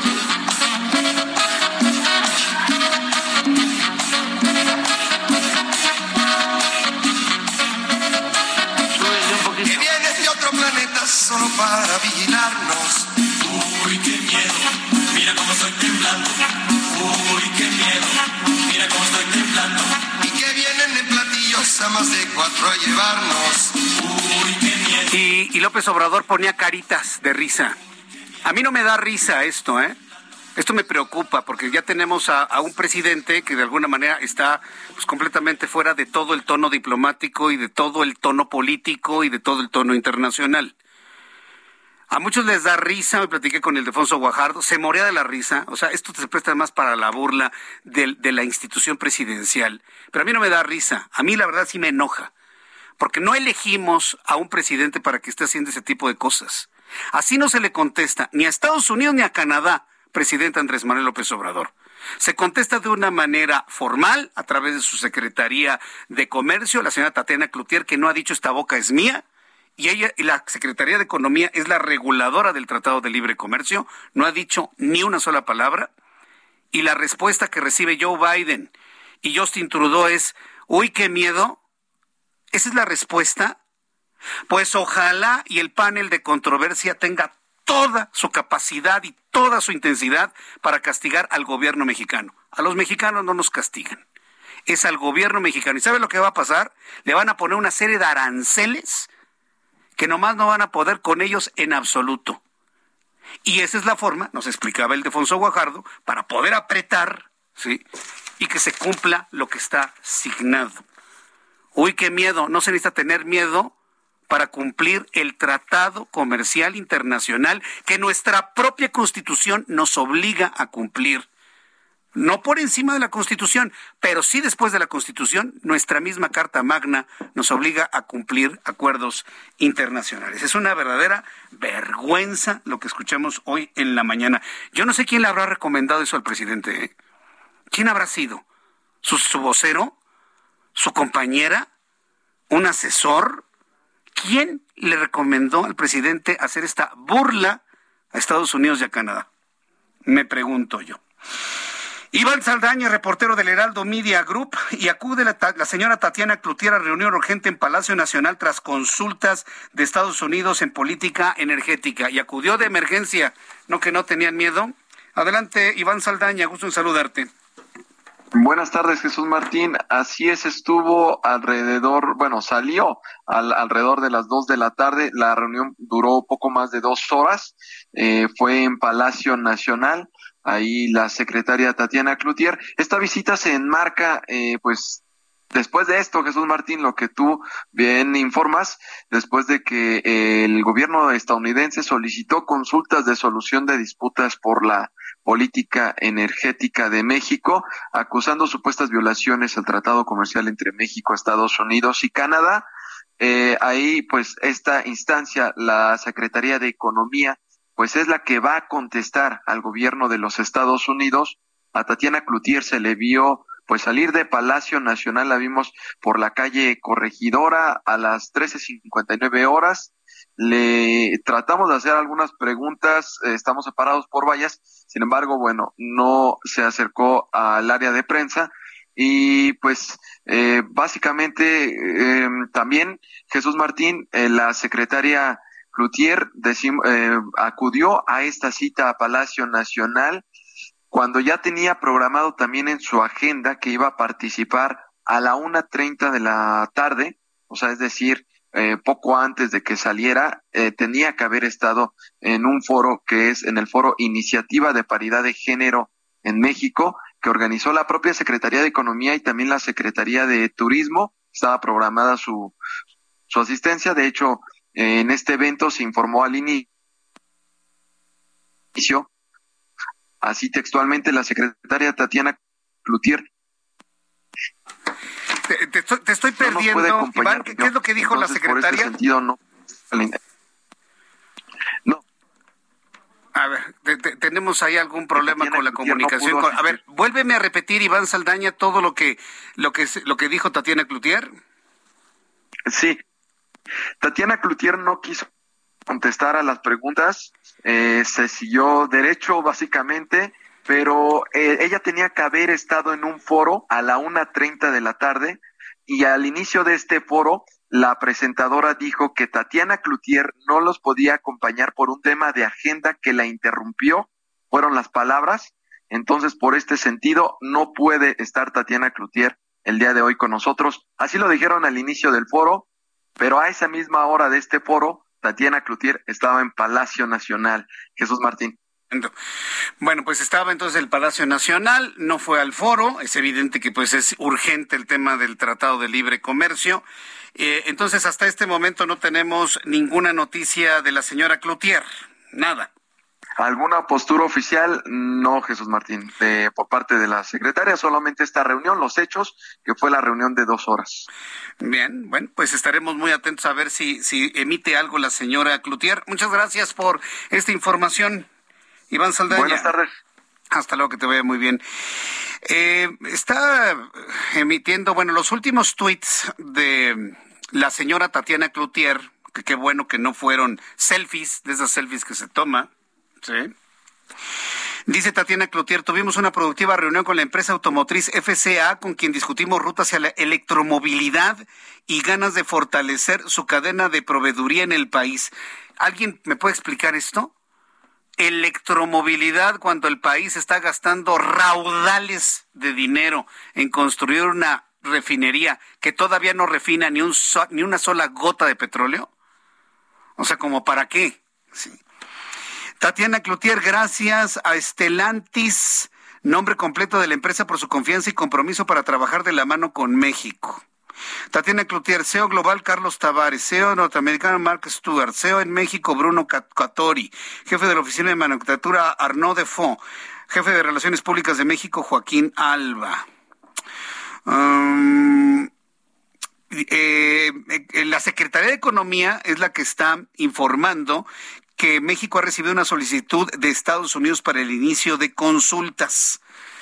S14: Solo para vigilarnos. Uy, qué miedo, mira cómo estoy temblando. Uy, qué miedo, mira cómo estoy temblando. Y que vienen en platillos a más de cuatro a llevarnos. Uy, qué miedo.
S3: Y, y López Obrador ponía caritas de risa. A mí no me da risa esto, ¿eh? Esto me preocupa porque ya tenemos a, a un presidente que de alguna manera está pues, completamente fuera de todo el tono diplomático y de todo el tono político y de todo el tono internacional. A muchos les da risa, me platiqué con Ildefonso Guajardo, se moría de la risa, o sea, esto se presta más para la burla de, de la institución presidencial, pero a mí no me da risa, a mí la verdad sí me enoja, porque no elegimos a un presidente para que esté haciendo ese tipo de cosas. Así no se le contesta ni a Estados Unidos ni a Canadá, presidente Andrés Manuel López Obrador. Se contesta de una manera formal, a través de su Secretaría de Comercio, la señora Tatiana Cloutier, que no ha dicho esta boca es mía, y ella y la Secretaría de Economía es la reguladora del Tratado de Libre Comercio, no ha dicho ni una sola palabra, y la respuesta que recibe Joe Biden y Justin Trudeau es, uy, qué miedo. ¿Esa es la respuesta? Pues ojalá y el panel de controversia tenga toda su capacidad y toda su intensidad para castigar al gobierno mexicano. A los mexicanos no nos castigan, es al gobierno mexicano. ¿Y sabe lo que va a pasar? Le van a poner una serie de aranceles que nomás no van a poder con ellos en absoluto. Y esa es la forma, nos explicaba Ildefonso Guajardo, para poder apretar, ¿sí? Y que se cumpla lo que está signado. Uy, qué miedo, no se necesita tener miedo para cumplir el Tratado Comercial Internacional que nuestra propia Constitución nos obliga a cumplir. No por encima de la Constitución, pero sí después de la Constitución, nuestra misma Carta Magna nos obliga a cumplir acuerdos internacionales. Es una verdadera vergüenza lo que escuchamos hoy en la mañana. Yo no sé quién le habrá recomendado eso al presidente, ¿eh? ¿Quién habrá sido? ¿Su, su vocero? ¿Su compañera? ¿Un asesor? ¿Quién le recomendó al presidente hacer esta burla a Estados Unidos y a Canadá? Me pregunto yo. Iván Saldaña, reportero del Heraldo Media Group, y acude la, la señora Tatiana Cloutier a reunión urgente en Palacio Nacional tras consultas de Estados Unidos en política energética. Y acudió de emergencia, ¿no que no tenían miedo? Adelante, Iván Saldaña, gusto en saludarte.
S15: Buenas tardes, Jesús Martín. Así es, estuvo alrededor, bueno, salió al, alrededor de las dos de la tarde. La reunión duró poco más de dos horas. Eh, fue en Palacio Nacional. Ahí la secretaria Tatiana Cloutier. Esta visita se enmarca, eh, pues, después de esto, Jesús Martín, lo que tú bien informas, después de que eh, el gobierno estadounidense solicitó consultas de solución de disputas por la política energética de México, acusando supuestas violaciones al tratado comercial entre México, Estados Unidos y Canadá. Eh, ahí, pues, esta instancia, la Secretaría de Economía, pues es la que va a contestar al gobierno de los Estados Unidos. A Tatiana Cloutier se le vio pues salir de Palacio Nacional, la vimos por la calle Corregidora a las trece cincuenta y nueve horas. Le tratamos de hacer algunas preguntas, eh, estamos separados por vallas, sin embargo, bueno, no se acercó al área de prensa y pues eh, básicamente eh, también Jesús Martín, eh, la secretaria Cloutier, decim, eh, acudió a esta cita a Palacio Nacional cuando ya tenía programado también en su agenda que iba a participar a la una treinta de la tarde, o sea, es decir, eh, poco antes de que saliera, eh, tenía que haber estado en un foro que es en el foro Iniciativa de Paridad de Género en México, que organizó la propia Secretaría de Economía y también la Secretaría de Turismo. Estaba programada su, su asistencia, de hecho, eh, en este evento se informó al inicio, así textualmente, la secretaria Tatiana Cloutier.
S3: Te, te, estoy, te estoy perdiendo, no Iván, ¿qué, ¿qué es lo que dijo
S15: Entonces,
S3: la secretaria?
S15: Por este sentido, no. No.
S3: A ver, te, te, tenemos ahí algún problema
S15: Tatiana
S3: con la
S15: Cloutier
S3: comunicación.
S15: No
S3: con, a ver, vuélveme a repetir, Iván Saldaña, todo lo que lo que lo que dijo Tatiana Cloutier.
S15: Sí. Tatiana Cloutier no quiso contestar a las preguntas, eh, se siguió derecho básicamente, pero eh, ella tenía que haber estado en un foro a la una treinta de la tarde y al inicio de este foro la presentadora dijo que Tatiana Cloutier no los podía acompañar por un tema de agenda que la interrumpió, fueron las palabras. Entonces, por este sentido, no puede estar Tatiana Cloutier el día de hoy con nosotros. Así lo dijeron al inicio del foro, pero a esa misma hora de este foro, Tatiana Cloutier estaba en Palacio Nacional. Jesús Martín.
S3: Bueno, pues estaba entonces en el Palacio Nacional, no fue al foro, es evidente que pues es urgente el tema del Tratado de Libre Comercio. Eh, entonces, hasta este momento no tenemos ninguna noticia de la señora Cloutier, nada.
S15: ¿Alguna postura oficial? No, Jesús Martín, de, por parte de la secretaria, solamente esta reunión, los hechos, que fue la reunión de dos horas.
S3: Bien, bueno, pues estaremos muy atentos a ver si, si emite algo la señora Cloutier. Muchas gracias por esta información, Iván Saldaña.
S15: Buenas tardes.
S3: Hasta luego, que te vaya muy bien. Eh, está emitiendo, bueno, los últimos tweets de la señora Tatiana Cloutier, que qué bueno que no fueron selfies, de esas selfies que se toma. Sí. Dice Tatiana Cloutier, tuvimos una productiva reunión con la empresa automotriz F C A, con quien discutimos rutas hacia la electromovilidad y ganas de fortalecer su cadena de proveeduría en el país. ¿Alguien me puede explicar esto? Electromovilidad cuando el país está gastando raudales de dinero en construir una refinería que todavía no refina ni, un so, ni una sola gota de petróleo. O sea, ¿como para qué? Sí. Tatiana Cloutier, gracias a Stellantis, nombre completo de la empresa, por su confianza y compromiso para trabajar de la mano con México. Tatiana Cloutier, C E O Global Carlos Tavares, C E O Norteamericano Mark Stewart, C E O en México Bruno Catori, jefe de la Oficina de Manufactura Arnaud Defont, jefe de Relaciones Públicas de México Joaquín Alba. Um, eh, eh, la Secretaría de Economía es la que está informando que México ha recibido una solicitud de Estados Unidos para el inicio de consultas.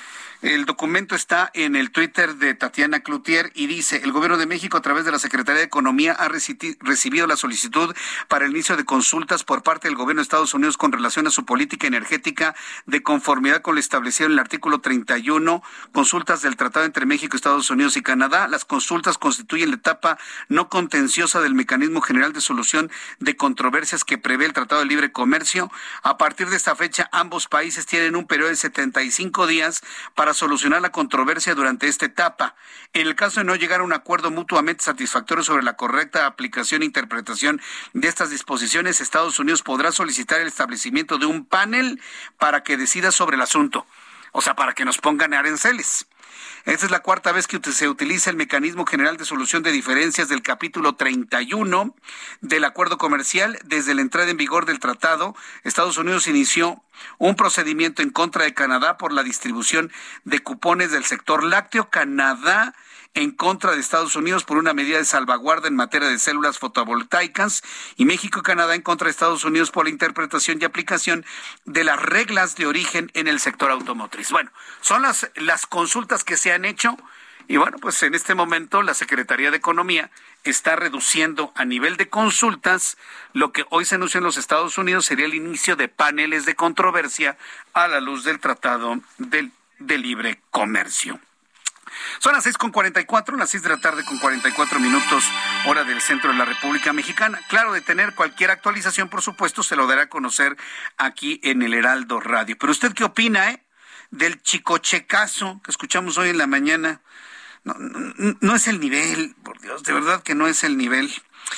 S3: El documento está en el Twitter de Tatiana Cloutier y dice: el Gobierno de México, a través de la Secretaría de Economía, ha recibido la solicitud para el inicio de consultas por parte del Gobierno de Estados Unidos con relación a su política energética de conformidad con lo establecido en el artículo treinta y uno, consultas del Tratado entre México, Estados Unidos y Canadá. Las consultas constituyen la etapa no contenciosa del Mecanismo General de Solución de Controversias que prevé el Tratado de Libre Comercio. A partir de esta fecha, ambos países tienen un periodo de setenta y cinco días para solucionar la controversia durante esta etapa. En el caso de no llegar a un acuerdo mutuamente satisfactorio sobre la correcta aplicación e interpretación de estas disposiciones, Estados Unidos podrá solicitar el establecimiento de un panel para que decida sobre el asunto, o sea, para que nos pongan aranceles. Esta es la cuarta vez que se utiliza el Mecanismo General de Solución de Diferencias del capítulo treinta y uno del acuerdo comercial. Desde la entrada en vigor del tratado, Estados Unidos inició un procedimiento en contra de Canadá por la distribución de cupones del sector lácteo. Canadá en contra de Estados Unidos por una medida de salvaguarda en materia de células fotovoltaicas, y México y Canadá en contra de Estados Unidos por la interpretación y aplicación de las reglas de origen en el sector automotriz. Bueno, son las, las consultas que se han hecho, y bueno, pues en este momento la Secretaría de Economía está reduciendo a nivel de consultas. Lo que hoy se anunció en los Estados Unidos sería el inicio de paneles de controversia a la luz del Tratado de, de Libre Comercio. Son las seis con cuarenta y cuatro, las seis de la tarde con cuarenta y cuatro minutos, hora del centro de la República Mexicana. Claro, de tener cualquier actualización, por supuesto, se lo dará a conocer aquí en el Heraldo Radio. Pero ¿usted qué opina, eh? Del chicochecazo que escuchamos hoy en la mañana. No, no, no es el nivel, por Dios, de verdad que no es el nivel.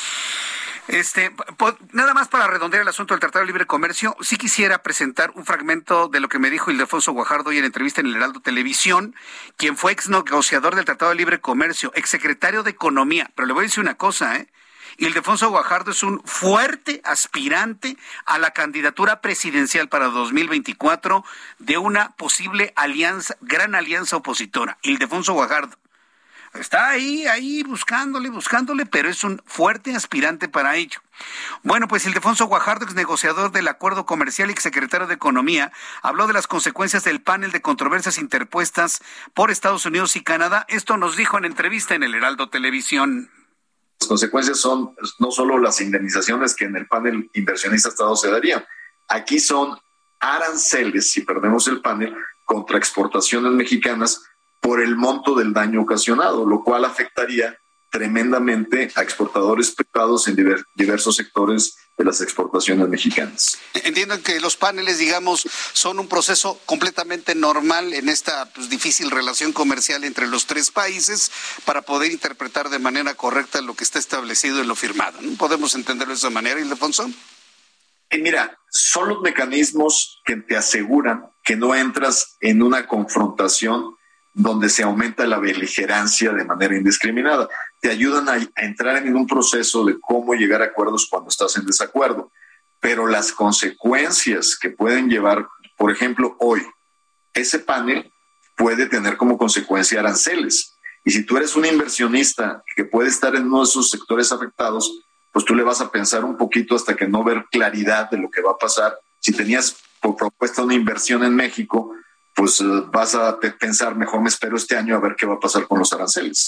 S3: Este, nada más para redondear el asunto del Tratado de Libre Comercio, sí quisiera presentar un fragmento de lo que me dijo Ildefonso Guajardo hoy en entrevista en el Heraldo Televisión, quien fue ex negociador del Tratado de Libre Comercio, ex secretario de Economía. Pero le voy a decir una cosa, ¿eh? Ildefonso Guajardo es un fuerte aspirante a la candidatura presidencial para dos mil veinticuatro de una posible alianza, gran alianza opositora. Ildefonso Guajardo está ahí, ahí buscándole, buscándole, pero es un fuerte aspirante para ello. Bueno, pues Ildefonso Guajardo, ex negociador del acuerdo comercial y ex secretario de Economía, habló de las consecuencias del panel de controversias interpuestas por Estados Unidos y Canadá. Esto nos dijo en entrevista en el Heraldo Televisión.
S16: Las consecuencias son no solo las indemnizaciones que en el panel inversionista Estado se darían. Aquí son aranceles, si perdemos el panel, contra exportaciones mexicanas por el monto del daño ocasionado, lo cual afectaría tremendamente a exportadores privados en diver, diversos sectores de las exportaciones mexicanas.
S3: Entiendo que los paneles, digamos, son un proceso completamente normal en esta pues, difícil relación comercial entre los tres países para poder interpretar de manera correcta lo que está establecido en lo firmado, ¿no? ¿Podemos entenderlo de esa manera, Ildefonso?
S16: Y mira, son los mecanismos que te aseguran que no entras en una confrontación donde se aumenta la beligerancia de manera indiscriminada. Te ayudan a, a entrar en un proceso de cómo llegar a acuerdos cuando estás en desacuerdo. Pero las consecuencias que pueden llevar, por ejemplo, hoy, ese panel puede tener como consecuencia aranceles. Y si tú eres un inversionista que puede estar en uno de esos sectores afectados, pues tú le vas a pensar un poquito hasta que no ver claridad de lo que va a pasar. Si tenías por propuesta una inversión en México, pues uh, vas a pensar, mejor me espero este año a ver qué va a pasar con los aranceles.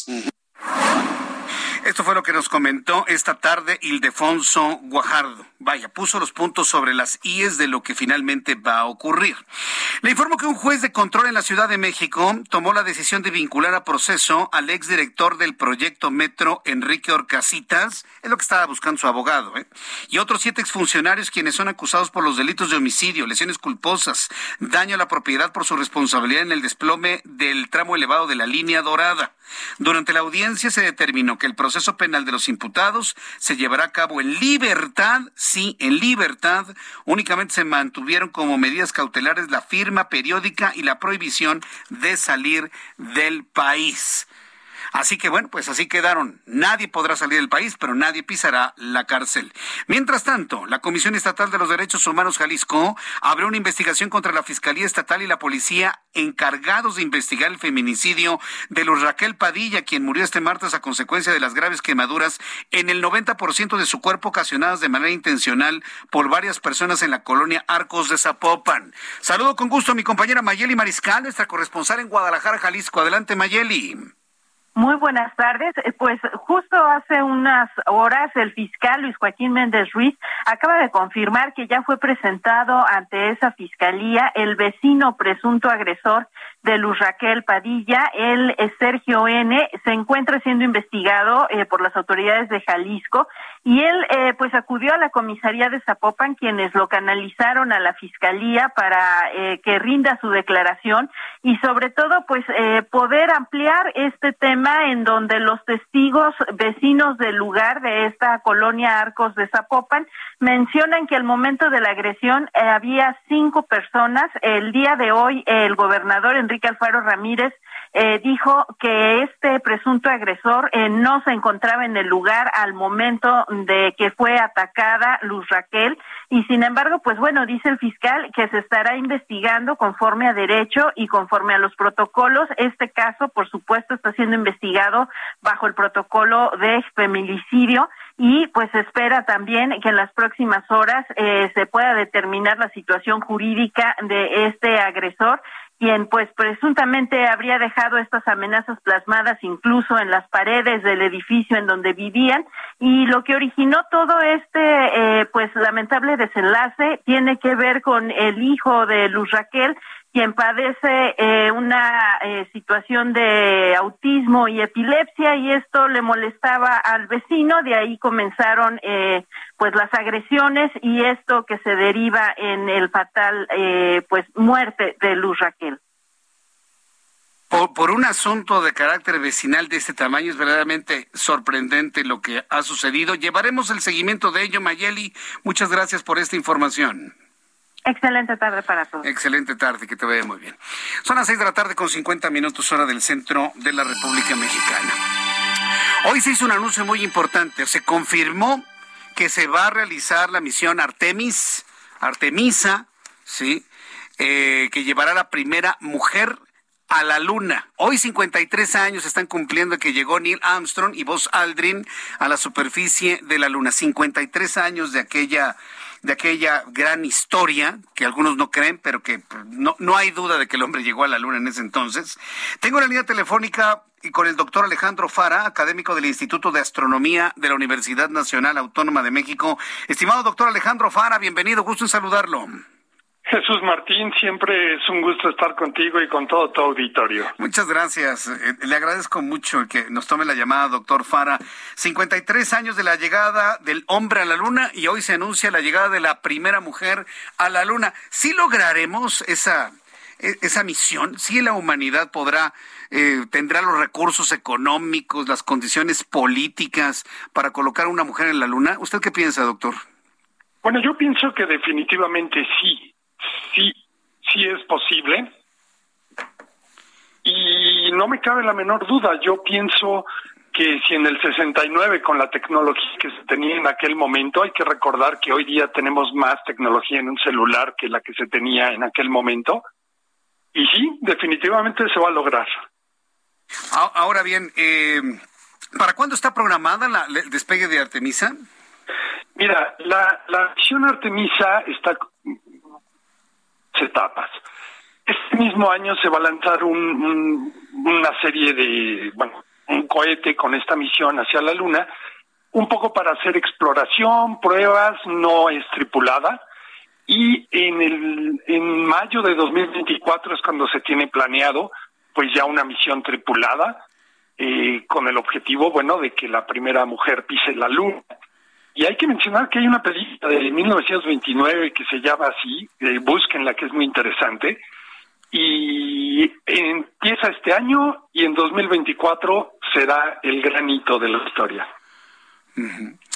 S3: Esto fue lo que nos comentó esta tarde Ildefonso Guajardo. Vaya, puso los puntos sobre las íes de lo que finalmente va a ocurrir. Le informo que un juez de control en la Ciudad de México tomó la decisión de vincular a proceso al exdirector del proyecto Metro, Enrique Orcasitas, es lo que estaba buscando su abogado, ¿eh? y otros siete exfuncionarios quienes son acusados por los delitos de homicidio, lesiones culposas, daño a la propiedad por su responsabilidad en el desplome del tramo elevado de la Línea Dorada. Durante la audiencia se determinó que el proceso penal de los imputados se llevará a cabo en libertad, sí, en libertad. Únicamente se mantuvieron como medidas cautelares la firma periódica y la prohibición de salir del país. Así que bueno, pues así quedaron. Nadie podrá salir del país, pero nadie pisará la cárcel. Mientras tanto, la Comisión Estatal de los Derechos Humanos Jalisco abrió una investigación contra la Fiscalía Estatal y la Policía encargados de investigar el feminicidio de Luz Raquel Padilla, quien murió este martes a consecuencia de las graves quemaduras en el noventa por ciento de su cuerpo ocasionadas de manera intencional por varias personas en la colonia Arcos de Zapopan. Saludo con gusto a mi compañera Mayeli Mariscal, nuestra corresponsal en Guadalajara, Jalisco. Adelante, Mayeli.
S17: Muy buenas tardes. Pues justo hace unas horas el fiscal Luis Joaquín Méndez Ruiz acaba de confirmar que ya fue presentado ante esa fiscalía el vecino presunto agresor de Luz Raquel Padilla. Él, Sergio N., se encuentra siendo investigado eh, por las autoridades de Jalisco y él eh, pues acudió a la comisaría de Zapopan, quienes lo canalizaron a la fiscalía para eh, que rinda su declaración y sobre todo pues eh, poder ampliar este tema en donde los testigos vecinos del lugar de esta colonia Arcos de Zapopan mencionan que al momento de la agresión eh, había cinco personas. El día de hoy el gobernador Enrique Alfaro Ramírez eh, dijo que este presunto agresor eh, no se encontraba en el lugar al momento de que fue atacada Luz Raquel y sin embargo, pues bueno, dice el fiscal que se estará investigando conforme a derecho y conforme a los protocolos. Este caso, por supuesto, está siendo investigado bajo el protocolo de feminicidio y pues se espera también que en las próximas horas eh, se pueda determinar la situación jurídica de este agresor, quien pues presuntamente habría dejado estas amenazas plasmadas incluso en las paredes del edificio en donde vivían, y lo que originó todo este eh, pues lamentable desenlace tiene que ver con el hijo de Luz Raquel, quien padece eh, una eh, situación de autismo y epilepsia, y esto le molestaba al vecino. De ahí comenzaron eh, pues las agresiones y esto que se deriva en el fatal eh, pues muerte de Luz Raquel.
S3: Por, por un asunto de carácter vecinal de este tamaño es verdaderamente sorprendente lo que ha sucedido. Llevaremos el seguimiento de ello, Mayeli. Muchas gracias por esta información.
S17: Excelente tarde para todos.
S3: Excelente tarde, que te vaya muy bien. Son las seis de la tarde con cincuenta minutos, hora del centro de la República Mexicana. Hoy se hizo un anuncio muy importante. Se confirmó que se va a realizar la misión Artemis, Artemisa, ¿sí? Eh, que llevará la primera mujer a la luna. Hoy cincuenta y tres años están cumpliendo que llegó Neil Armstrong y Buzz Aldrin a la superficie de la luna. cincuenta y tres años de aquella de aquella gran historia que algunos no creen, pero que no, no hay duda de que el hombre llegó a la luna en ese entonces. Tengo la línea telefónica y con el doctor Alejandro Fara, académico del Instituto de Astronomía de la Universidad Nacional Autónoma de México. Estimado doctor Alejandro Fara, bienvenido, gusto en saludarlo.
S18: Jesús Martín, siempre es un gusto estar contigo y con todo tu auditorio.
S3: Muchas gracias. Eh, le agradezco mucho que nos tome la llamada, doctor Fara. cincuenta y tres años de la llegada del hombre a la luna y hoy se anuncia la llegada de la primera mujer a la luna. ¿Sí lograremos esa, esa misión? ¿Sí la humanidad podrá, eh, tendrá los recursos económicos, las condiciones políticas para colocar a una mujer en la luna? ¿Usted qué piensa, doctor?
S18: Bueno, yo pienso que definitivamente sí. Sí, sí es posible y no me cabe la menor duda. Yo pienso que si en el sesenta y nueve con la tecnología que se tenía en aquel momento, hay que recordar que hoy día tenemos más tecnología en un celular que la que se tenía en aquel momento, y sí, definitivamente se va a lograr.
S3: Ahora bien, eh, ¿para cuándo está programada la, el despegue de Artemisa?
S18: Mira, la, la misión Artemisa está etapas. Este mismo año se va a lanzar un, un, una serie de, bueno, un cohete con esta misión hacia la Luna, un poco para hacer exploración, pruebas, no es tripulada, y en el en mayo de dos mil veinticuatro es cuando se tiene planeado, pues ya una misión tripulada, eh, con el objetivo, bueno, de que la primera mujer pise la Luna. Y hay que mencionar que hay una película de mil novecientos veintinueve que se llama así, eh, búsquenla, que es muy interesante, y empieza este año y en dos mil veinticuatro será el gran hito de la historia.
S3: Uh-huh.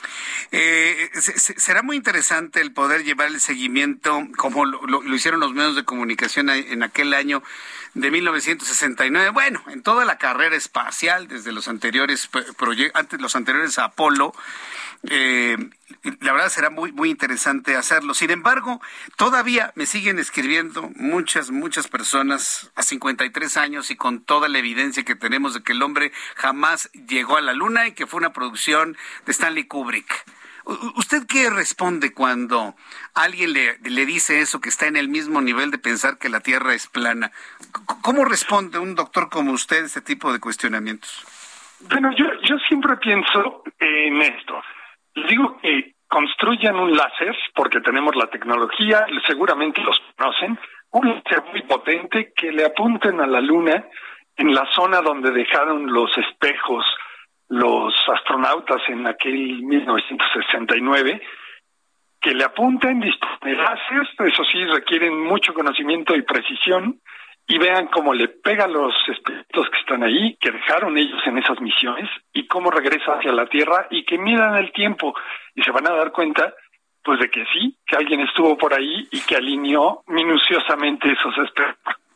S3: Eh, será muy interesante el poder llevar el seguimiento como lo, lo, lo hicieron los medios de comunicación en aquel año de mil novecientos sesenta y nueve. Bueno, en toda la carrera espacial, desde los anteriores proyectos, antes los anteriores a Apolo, eh, la verdad será muy muy interesante hacerlo. Sin embargo, todavía me siguen escribiendo muchas, muchas personas a cincuenta y tres años y con toda la evidencia que tenemos de que el hombre jamás llegó a la Luna y que fue una producción de Stanley Kubrick. ¿Usted qué responde cuando alguien le, le dice eso, que está en el mismo nivel de pensar que la Tierra es plana? ¿Cómo responde un doctor como usted a este tipo de cuestionamientos?
S18: Bueno, yo, yo siempre pienso en esto. Les digo que construyan un láser, porque tenemos la tecnología, seguramente los conocen, un láser muy potente que le apunten a la Luna en la zona donde dejaron los espejos los astronautas en aquel mil novecientos sesenta y nueve, que le apunten, disponen láseres, eso sí, requieren mucho conocimiento y precisión, y vean cómo le pega a los espejos que están ahí, que dejaron ellos en esas misiones, y cómo regresa hacia la Tierra, y que midan el tiempo, y se van a dar cuenta, pues de que sí, que alguien estuvo por ahí y que alineó minuciosamente esos espejos.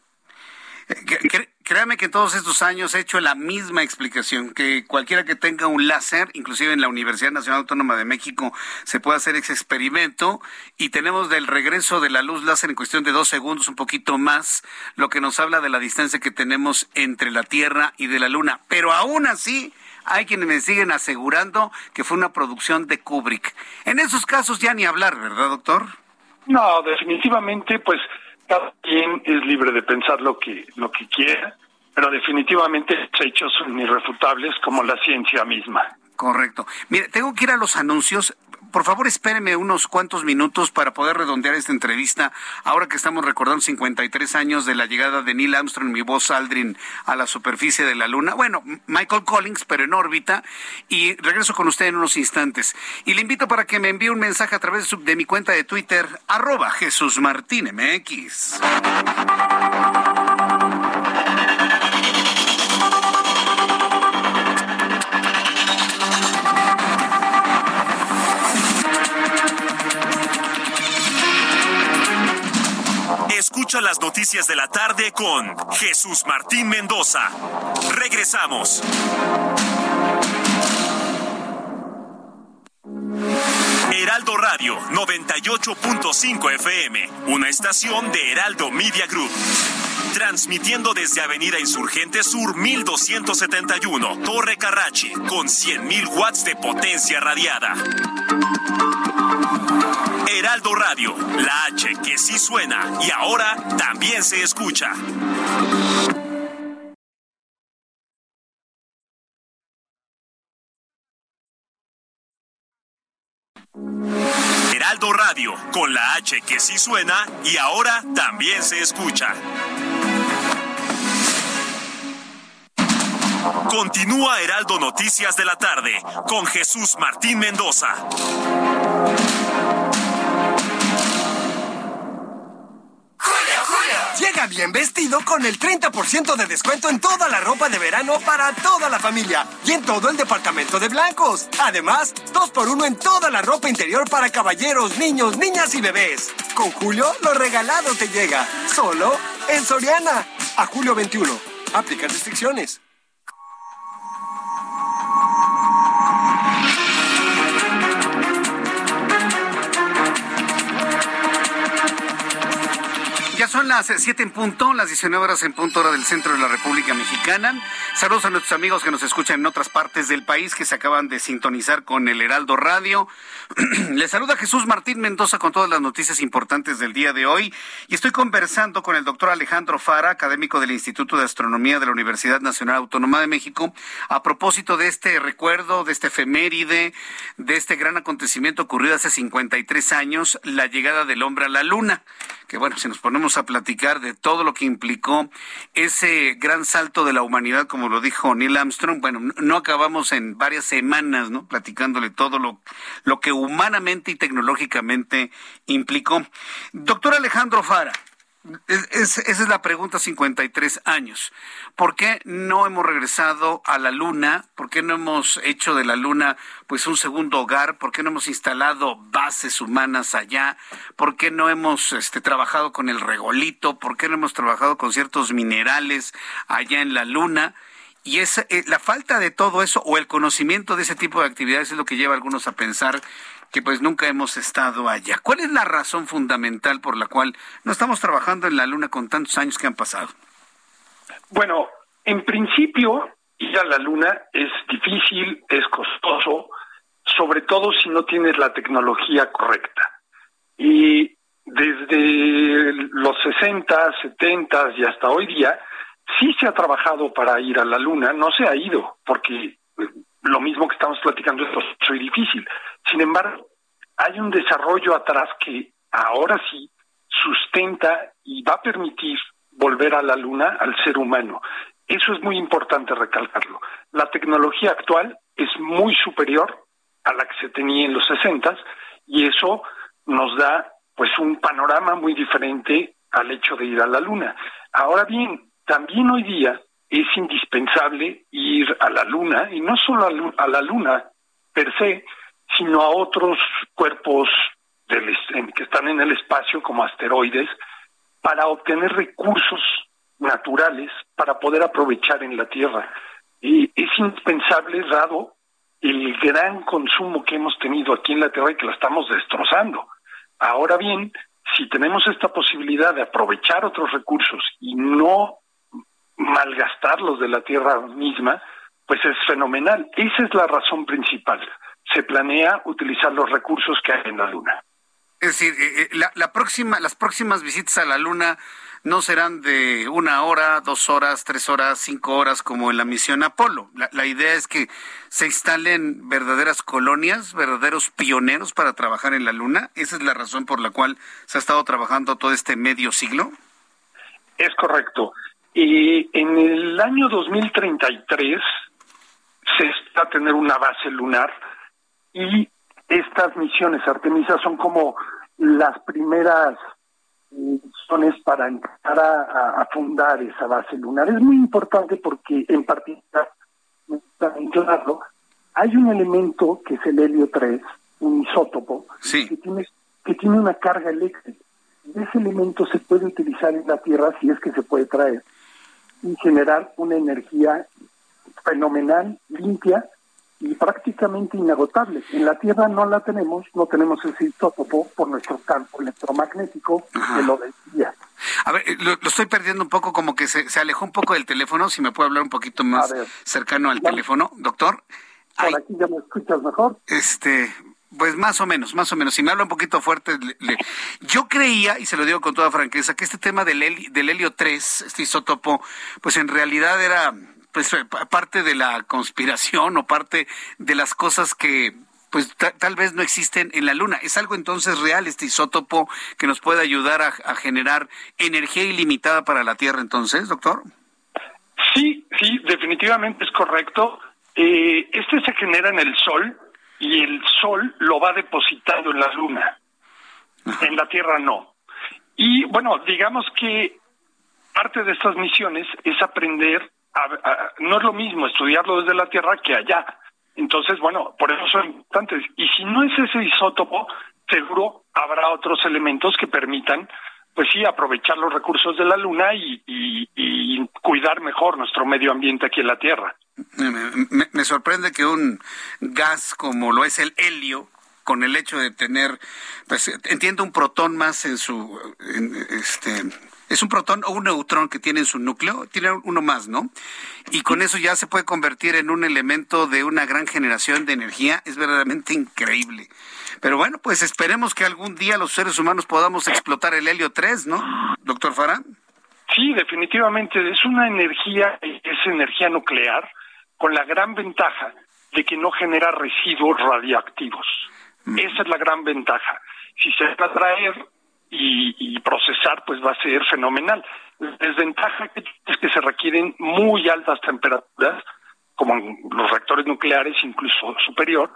S3: Créame que en todos estos años he hecho la misma explicación, que cualquiera que tenga un láser, inclusive en la Universidad Nacional Autónoma de México, se puede hacer ese experimento y tenemos del regreso de la luz láser en cuestión de dos segundos, un poquito más, lo que nos habla de la distancia que tenemos entre la Tierra y de la Luna. Pero aún así, hay quienes me siguen asegurando que fue una producción de Kubrick. En esos casos ya ni hablar, ¿verdad, doctor?
S18: No, definitivamente, pues cada quien es libre de pensar lo que lo que quiera, pero definitivamente los hechos son irrefutables como la ciencia misma.
S3: Correcto. Mire, tengo que ir a los anuncios. Por favor, espéreme unos cuantos minutos para poder redondear esta entrevista, ahora que estamos recordando cincuenta y tres años de la llegada de Neil Armstrong y Buzz Aldrin a la superficie de la Luna. Bueno, Michael Collins, pero en órbita, y regreso con usted en unos instantes. Y le invito para que me envíe un mensaje a través de, su, de mi cuenta de Twitter, arroba Jesús Martín M X.
S2: Escucha las noticias de la tarde con Jesús Martín Mendoza. Regresamos. Heraldo Radio noventa y ocho punto cinco F M, una estación de Heraldo Media Group. Transmitiendo desde Avenida Insurgente Sur mil doscientos setenta y uno, Torre Carrachi, con cien mil watts de potencia radiada. Heraldo Radio, la H que sí suena y ahora también se escucha. Heraldo Radio, con la H que sí suena y ahora también se escucha. Continúa Heraldo Noticias de la tarde con Jesús Martín Mendoza.
S8: Llega bien vestido con el treinta por ciento de descuento en toda la ropa de verano para toda la familia y en todo el departamento de blancos. Además, dos por uno en toda la ropa interior para caballeros, niños, niñas y bebés. Con Julio, lo regalado te llega. Solo en Soriana. A julio veintiuno. Aplican restricciones.
S3: Ya son las siete en punto, las diecinueve horas en punto hora del centro de la República Mexicana. Saludos a nuestros amigos que nos escuchan en otras partes del país, que se acaban de sintonizar con el Heraldo Radio. Les saluda Jesús Martín Mendoza con todas las noticias importantes del día de hoy. Y estoy conversando con el doctor Alejandro Fara, académico del Instituto de Astronomía de la Universidad Nacional Autónoma de México, a propósito de este recuerdo, de este efeméride, de este gran acontecimiento ocurrido hace cincuenta y tres años, la llegada del hombre a la Luna. Que bueno, si nos ponemos a platicar de todo lo que implicó ese gran salto de la humanidad, como lo dijo Neil Armstrong, bueno, no acabamos en varias semanas, ¿no?, platicándole todo lo, lo que humanamente y tecnológicamente implicó. Doctor Alejandro Fara, Es, es, esa es la pregunta, cincuenta y tres años. ¿Por qué no hemos regresado a la Luna? ¿Por qué no hemos hecho de la Luna pues un segundo hogar? ¿Por qué no hemos instalado bases humanas allá? ¿Por qué no hemos este, trabajado con el regolito? ¿Por qué no hemos trabajado con ciertos minerales allá en la Luna? Y es eh, la falta de todo eso o el conocimiento de ese tipo de actividades es lo que lleva a algunos a pensar que pues nunca hemos estado allá. ¿Cuál es la razón fundamental por la cual no estamos trabajando en la Luna con tantos años que han pasado?
S18: Bueno, en principio ir a la Luna es difícil, es costoso, sobre todo si no tienes la tecnología correcta. Y desde los sesenta, setenta y hasta hoy día, sí se ha trabajado para ir a la Luna, no se ha ido, porque lo mismo que estamos platicando es muy difícil. Sin embargo, hay un desarrollo atrás que ahora sí sustenta y va a permitir volver a la Luna al ser humano. Eso es muy importante recalcarlo. La tecnología actual es muy superior a la que se tenía en los sesentas y eso nos da pues un panorama muy diferente al hecho de ir a la Luna. Ahora bien, también hoy día es indispensable ir a la Luna, y no solo a la Luna per se, sino a otros cuerpos del, que están en el espacio, como asteroides, para obtener recursos naturales para poder aprovechar en la Tierra. Y es indispensable, dado el gran consumo que hemos tenido aquí en la Tierra y que la estamos destrozando. Ahora bien, si tenemos esta posibilidad de aprovechar otros recursos y no malgastarlos de la Tierra misma, pues es fenomenal. Esa es la razón principal. Se planea utilizar los recursos que hay en la Luna.
S3: Es decir, eh, la, la próxima, las próximas visitas a la Luna no serán de una hora, dos horas, tres horas, cinco horas como en la misión Apolo. La, la idea es que se instalen verdaderas colonias, verdaderos pioneros para trabajar en la Luna. ¿Esa es la razón por la cual se ha estado trabajando todo este medio siglo?
S18: Es correcto. Y en el año dos mil treinta y tres se está a tener una base lunar y estas misiones Artemisa son como las primeras misiones para empezar a, a fundar esa base lunar. Es muy importante porque en particular, para mencionarlo, hay un elemento que es el helio tres, un isótopo,
S3: sí,
S18: que tiene, que tiene una carga eléctrica. Ese elemento se puede utilizar en la Tierra si es que se puede traer y generar una energía fenomenal, limpia y prácticamente inagotable. En la Tierra no la tenemos, no tenemos ese isótopo por nuestro campo electromagnético. Ajá. Que lo decía.
S3: A ver, lo, lo estoy perdiendo un poco, como que se, se alejó un poco del teléfono, si me puede hablar un poquito más cercano al ¿Vale? teléfono, doctor.
S18: Por Ay, aquí ya me escuchas mejor.
S3: Este... Pues más o menos, más o menos. Si me habla un poquito fuerte, le, le... yo creía, y se lo digo con toda franqueza, que este tema del, heli, del helio tres, este isótopo, pues en realidad era pues parte de la conspiración o parte de las cosas que pues ta, tal vez no existen en la Luna. ¿Es algo entonces real este isótopo que nos puede ayudar a, a generar energía ilimitada para la Tierra entonces, doctor?
S18: Sí, sí, definitivamente es correcto. Eh, este se genera en el Sol, y el Sol lo va depositando en la Luna. Ajá. En la Tierra no. Y bueno, digamos que parte de estas misiones es aprender, a, a, no es lo mismo estudiarlo desde la Tierra que allá. Entonces, bueno, por eso son importantes. Y si no es ese isótopo, seguro habrá otros elementos que permitan, pues sí, aprovechar los recursos de la Luna y, y, y cuidar mejor nuestro medio ambiente aquí en la Tierra.
S3: Me, me, me sorprende que un gas como lo es el helio, con el hecho de tener, pues entiendo, un protón más en su, en, este, es un protón o un neutrón que tiene en su núcleo, tiene uno más, ¿no? Y con eso ya se puede convertir en un elemento de una gran generación de energía, es verdaderamente increíble. Pero bueno, pues esperemos que algún día los seres humanos podamos explotar el helio tres, ¿no, doctor Farah?
S18: Sí, definitivamente, es una energía, es energía nuclear, con la gran ventaja de que no genera residuos radioactivos. Mm. Esa es la gran ventaja. Si se va a traer y, y procesar, pues va a ser fenomenal. La desventaja es que se requieren muy altas temperaturas, como en los reactores nucleares, incluso superior,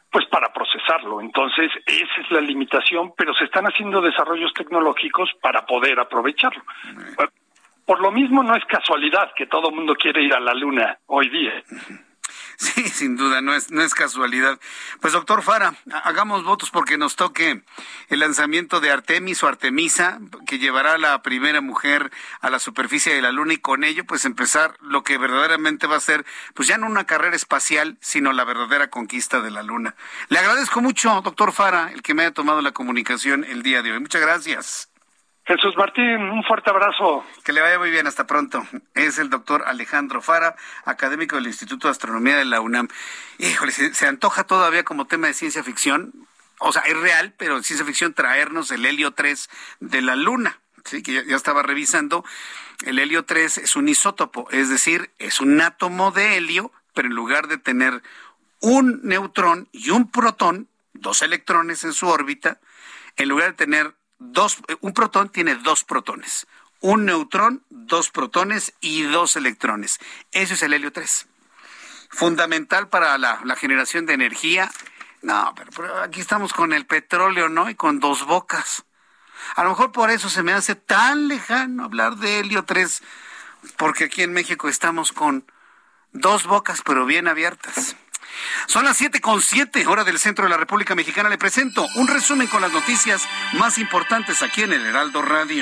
S18: pues para procesarlo. Entonces, esa es la limitación, pero se están haciendo desarrollos tecnológicos para poder aprovecharlo. Por lo mismo, no es casualidad que todo el mundo quiere ir a la Luna hoy día.
S3: Sí, sin duda, no es, no es casualidad. Pues doctor Fara, hagamos votos porque nos toque el lanzamiento de Artemis o Artemisa, que llevará a la primera mujer a la superficie de la Luna, y con ello pues empezar lo que verdaderamente va a ser, pues ya no una carrera espacial, sino la verdadera conquista de la Luna. Le agradezco mucho, doctor Fara, el que me haya tomado la comunicación el día de hoy. Muchas gracias.
S18: Jesús Martín, un fuerte abrazo.
S3: Que le vaya muy bien, hasta pronto. Es el doctor Alejandro Fara, académico del Instituto de Astronomía de la UNAM. Híjole, se, se antoja todavía como tema de ciencia ficción, o sea, es real, pero en ciencia ficción traernos el helio tres de la Luna, sí, que ya, ya estaba revisando. El helio tres es un isótopo, es decir, es un átomo de helio, pero en lugar de tener un neutrón y un protón, dos electrones en su órbita, en lugar de tener Dos, un protón tiene dos protones, un neutrón, dos protones y dos electrones. Eso es el helio tres. Fundamental para la, la generación de energía. No, pero, pero aquí estamos con el petróleo, ¿no? Y con dos bocas. A lo mejor por eso se me hace tan lejano hablar de helio tres, porque aquí en México estamos con dos bocas, pero bien abiertas. Son las siete con siete, hora del centro de la República Mexicana. Le presento un resumen con las noticias más importantes aquí en el Heraldo Radio.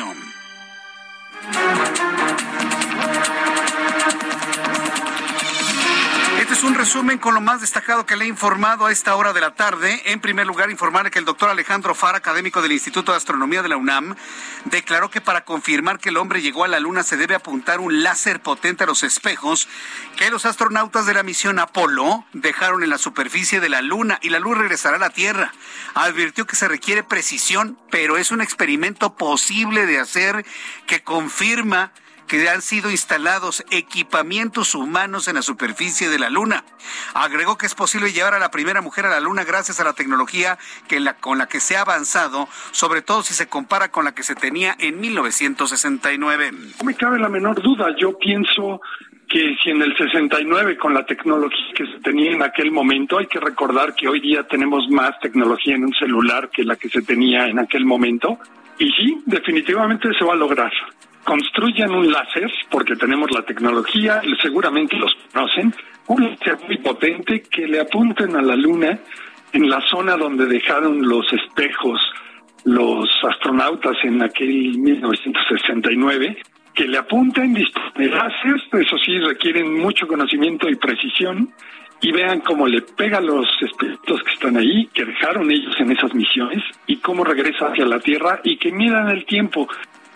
S3: Este es un resumen con lo más destacado que le he informado a esta hora de la tarde. En primer lugar, informarle que el doctor Alejandro Fara, académico del Instituto de Astronomía de la UNAM, declaró que para confirmar que el hombre llegó a la Luna se debe apuntar un láser potente a los espejos que los astronautas de la misión Apolo dejaron en la superficie de la Luna, y la luz regresará a la Tierra. Advirtió que se requiere precisión, pero es un experimento posible de hacer que confirma que han sido instalados equipamientos humanos en la superficie de la Luna. Agregó que es posible llevar a la primera mujer a la Luna gracias a la tecnología que la, con la que se ha avanzado, sobre todo si se compara con la que se tenía en mil novecientos sesenta y nueve.
S18: No me cabe la menor duda. Yo pienso que si en el sesenta y nueve, con la tecnología que se tenía en aquel momento, hay que recordar que hoy día tenemos más tecnología en un celular que la que se tenía en aquel momento, y sí, definitivamente se va a lograr. Construyan un láser, porque tenemos la tecnología, seguramente los conocen, un láser muy potente que le apunten a la Luna en la zona donde dejaron los espejos los astronautas en aquel mil novecientos sesenta y nueve, que le apunten, disparen láser, eso sí requieren mucho conocimiento y precisión, y vean cómo le pega a los espejos que están ahí, que dejaron ellos en esas misiones, y cómo regresa hacia la Tierra, y que midan el tiempo.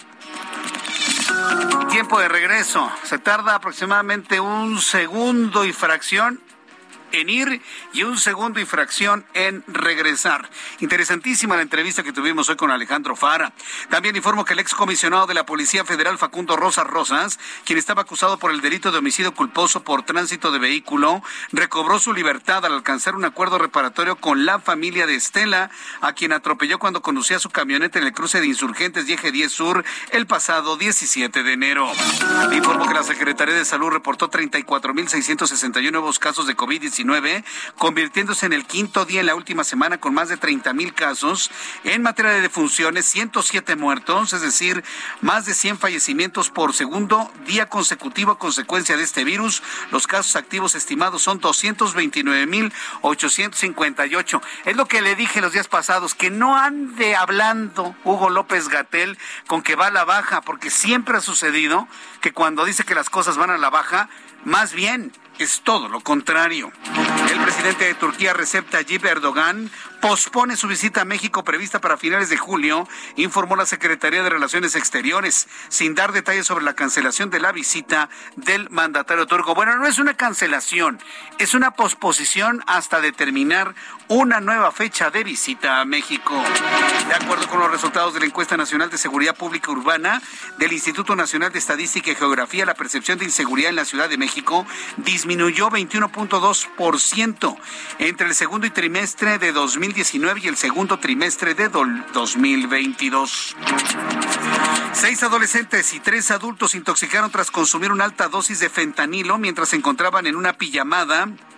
S3: Tiempo de regreso. Se tarda aproximadamente un segundo y fracción en ir y un segundo y fracción en regresar. Interesantísima la entrevista que tuvimos hoy con Alejandro Fara. También informo que el excomisionado de la Policía Federal, Facundo Rosas Rosas, quien estaba acusado por el delito de homicidio culposo por tránsito de vehículo, recobró su libertad al alcanzar un acuerdo reparatorio con la familia de Estela, a quien atropelló cuando conducía su camioneta en el cruce de Insurgentes y Eje diez Sur el pasado diecisiete de enero. Informo que la Secretaría de Salud reportó treinta y cuatro mil seiscientos sesenta y uno nuevos casos de COVID diecinueve, convirtiéndose en el quinto día en la última semana con más de treinta mil casos. En materia de defunciones, ciento siete muertos, es decir, más de cien fallecimientos por segundo día consecutivo a consecuencia de este virus. Los casos activos estimados son doscientos veintinueve mil ochocientos cincuenta y ocho. Es lo que le dije los días pasados, que no ande hablando Hugo López-Gatell con que va a la baja, porque siempre ha sucedido que cuando dice que las cosas van a la baja, más bien es todo lo contrario. El presidente de Turquía, Recep Tayyip Erdogan, pospone su visita a México prevista para finales de julio, informó la Secretaría de Relaciones Exteriores, sin dar detalles sobre la cancelación de la visita del mandatario turco. Bueno, no es una cancelación, es una posposición hasta determinar una nueva fecha de visita a México. De acuerdo con los resultados de la Encuesta Nacional de Seguridad Pública Urbana del Instituto Nacional de Estadística y Geografía, la percepción de inseguridad en la Ciudad de México disminuyó veintiuno punto dos por ciento entre el segundo trimestre de dos mil diecinueve y el segundo trimestre de dos mil veintidós. Seis adolescentes y tres adultos se intoxicaron tras consumir una alta dosis de fentanilo mientras se encontraban en una pijamada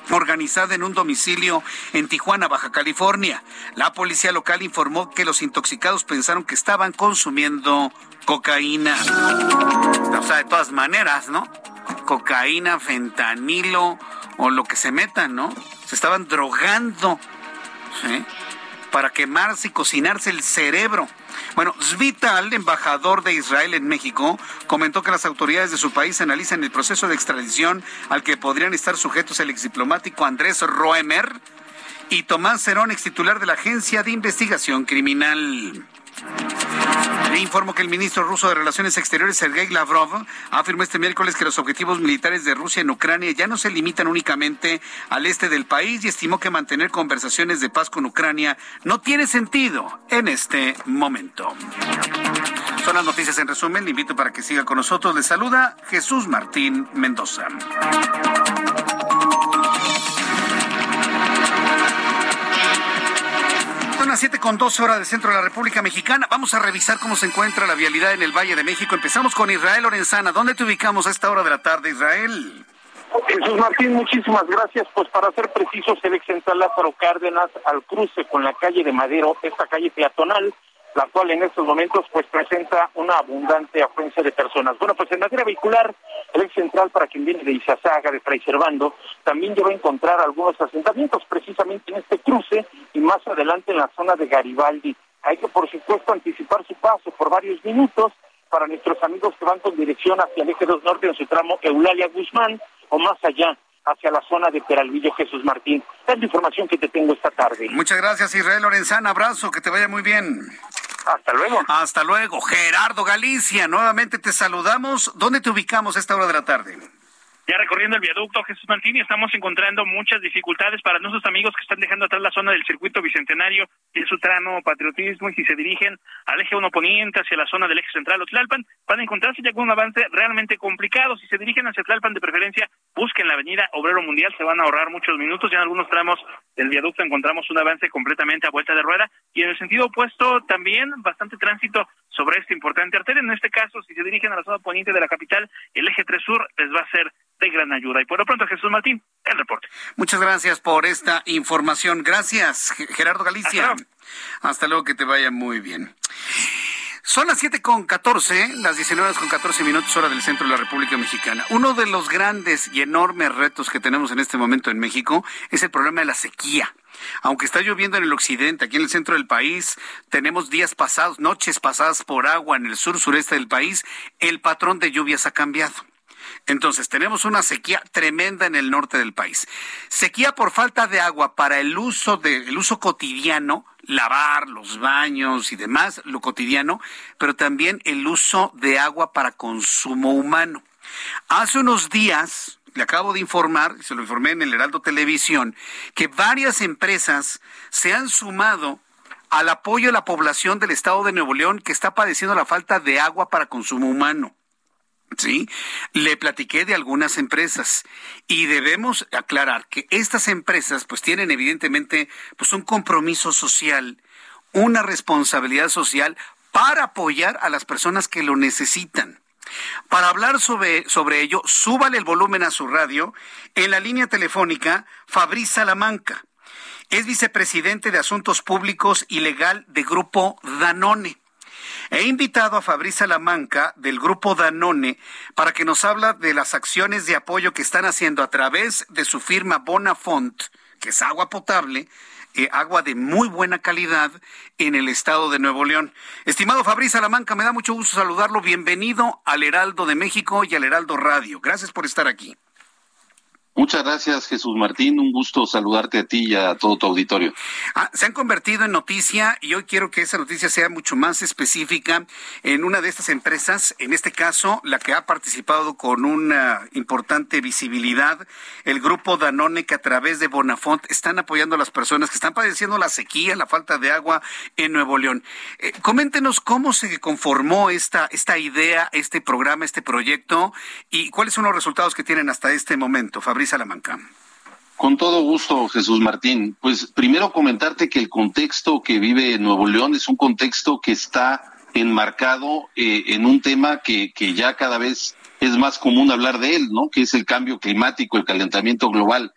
S3: organizada en un domicilio en Tijuana, Baja California. La policía local informó que los intoxicados pensaron que estaban consumiendo cocaína. O sea, de todas maneras, ¿no? Cocaína, fentanilo o lo que se metan, ¿no? Se estaban drogando, ¿sí? Para quemarse y cocinarse el cerebro. Bueno, Zvital, embajador de Israel en México, comentó que las autoridades de su país analizan el proceso de extradición al que podrían estar sujetos el exdiplomático Andrés Roemer y Tomás Cerón, extitular de la Agencia de Investigación Criminal. Le informo que el ministro ruso de Relaciones Exteriores, Sergei Lavrov, afirmó este miércoles que los objetivos militares de Rusia en Ucrania ya no se limitan únicamente al este del país y estimó que mantener conversaciones de paz con Ucrania no tiene sentido en este momento. Son las noticias en resumen. Le invito para que siga con nosotros. Le saluda Jesús Martín Mendoza. Son las siete con doce horas del centro de la República Mexicana. Vamos a revisar cómo se encuentra la vialidad en el Valle de México. Empezamos con Israel Lorenzana. ¿Dónde te ubicamos a esta hora de la tarde, Israel?
S5: Jesús Martín, muchísimas gracias. Pues para ser precisos, el ex central Lázaro Cárdenas al cruce con la calle de Madero, esta calle peatonal, la cual en estos momentos pues presenta una abundante afluencia de personas. Bueno, pues en materia vehicular, el ex central, para quien viene de Izazaga, de Fray Servando, también debe encontrar algunos asentamientos precisamente en este cruce y más adelante en la zona de Garibaldi. Hay que, por supuesto, anticipar su paso por varios minutos para nuestros amigos que van con dirección hacia el eje dos norte en su tramo Eulalia Guzmán o más allá, hacia la zona de Peralvillo. Jesús Martín, es la información que te tengo esta tarde.
S3: Muchas gracias, Israel Lorenzana. Abrazo, que te vaya muy bien.
S5: Hasta luego.
S3: Hasta luego. Gerardo Galicia, nuevamente te saludamos. ¿Dónde te ubicamos a esta hora de la tarde?
S6: Ya recorriendo el viaducto Jesús Martín, estamos encontrando muchas dificultades para nuestros amigos que están dejando atrás la zona del circuito bicentenario y su tramo Patriotismo, y si se dirigen al eje uno poniente hacia la zona del eje central o Tlalpan, van a encontrarse ya con un avance realmente complicado. Si se dirigen hacia Tlalpan, de preferencia, busquen la avenida Obrero Mundial, se van a ahorrar muchos minutos. Ya en algunos tramos del viaducto encontramos un avance completamente a vuelta de rueda, y en el sentido opuesto también bastante tránsito sobre esta importante arteria. En este caso, si se dirigen a la zona poniente de la capital, el eje tres sur les va a ser de gran ayuda. Y por lo pronto, Jesús Martín, el reporte.
S3: Muchas gracias por esta información. Gracias, Gerardo Galicia. Hasta luego, Hasta luego que te vaya muy bien. Son las siete con catorce, las diecinueve con catorce minutos, hora del centro de la República Mexicana. Uno de los grandes y enormes retos que tenemos en este momento en México es el problema de la sequía. Aunque está lloviendo en el occidente, aquí en el centro del país, tenemos días pasados, noches pasadas por agua en el sur sureste del país, el patrón de lluvias ha cambiado. Entonces, tenemos una sequía tremenda en el norte del país. Sequía por falta de agua para el uso de, el uso cotidiano, lavar los baños y demás, lo cotidiano, pero también el uso de agua para consumo humano. Hace unos días, le acabo de informar, se lo informé en el Heraldo Televisión, que varias empresas se han sumado al apoyo a la población del estado de Nuevo León que está padeciendo la falta de agua para consumo humano. Sí, le platiqué de algunas empresas y debemos aclarar que estas empresas pues tienen evidentemente pues un compromiso social, una responsabilidad social para apoyar a las personas que lo necesitan. Para hablar sobre, sobre ello, súbale el volumen a su radio. En la línea telefónica, Fabri Salamanca. Es vicepresidente de Asuntos Públicos y Legal de Grupo Danone. He invitado a Fabri Salamanca del Grupo Danone para que nos habla de las acciones de apoyo que están haciendo a través de su firma Bonafont, que es agua potable, eh, agua de muy buena calidad en el estado de Nuevo León. Estimado Fabri Salamanca, me da mucho gusto saludarlo. Bienvenido al Heraldo de México y al Heraldo Radio. Gracias por estar aquí.
S19: Muchas gracias, Jesús Martín. Un gusto saludarte a ti y a todo tu auditorio.
S3: Ah, se han convertido en noticia y hoy quiero que esa noticia sea mucho más específica en una de estas empresas, en este caso, la que ha participado con una importante visibilidad, el Grupo Danone, que a través de Bonafont están apoyando a las personas que están padeciendo la sequía, la falta de agua en Nuevo León. Eh, coméntenos cómo se conformó esta, esta idea, este programa, este proyecto y cuáles son los resultados que tienen hasta este momento, Fabri Salamanca.
S19: Con todo gusto, Jesús Martín. Pues primero comentarte que el contexto que vive Nuevo León es un contexto que está enmarcado eh, en un tema que, que ya cada vez es más común hablar de él, ¿no? Que es el cambio climático, el calentamiento global.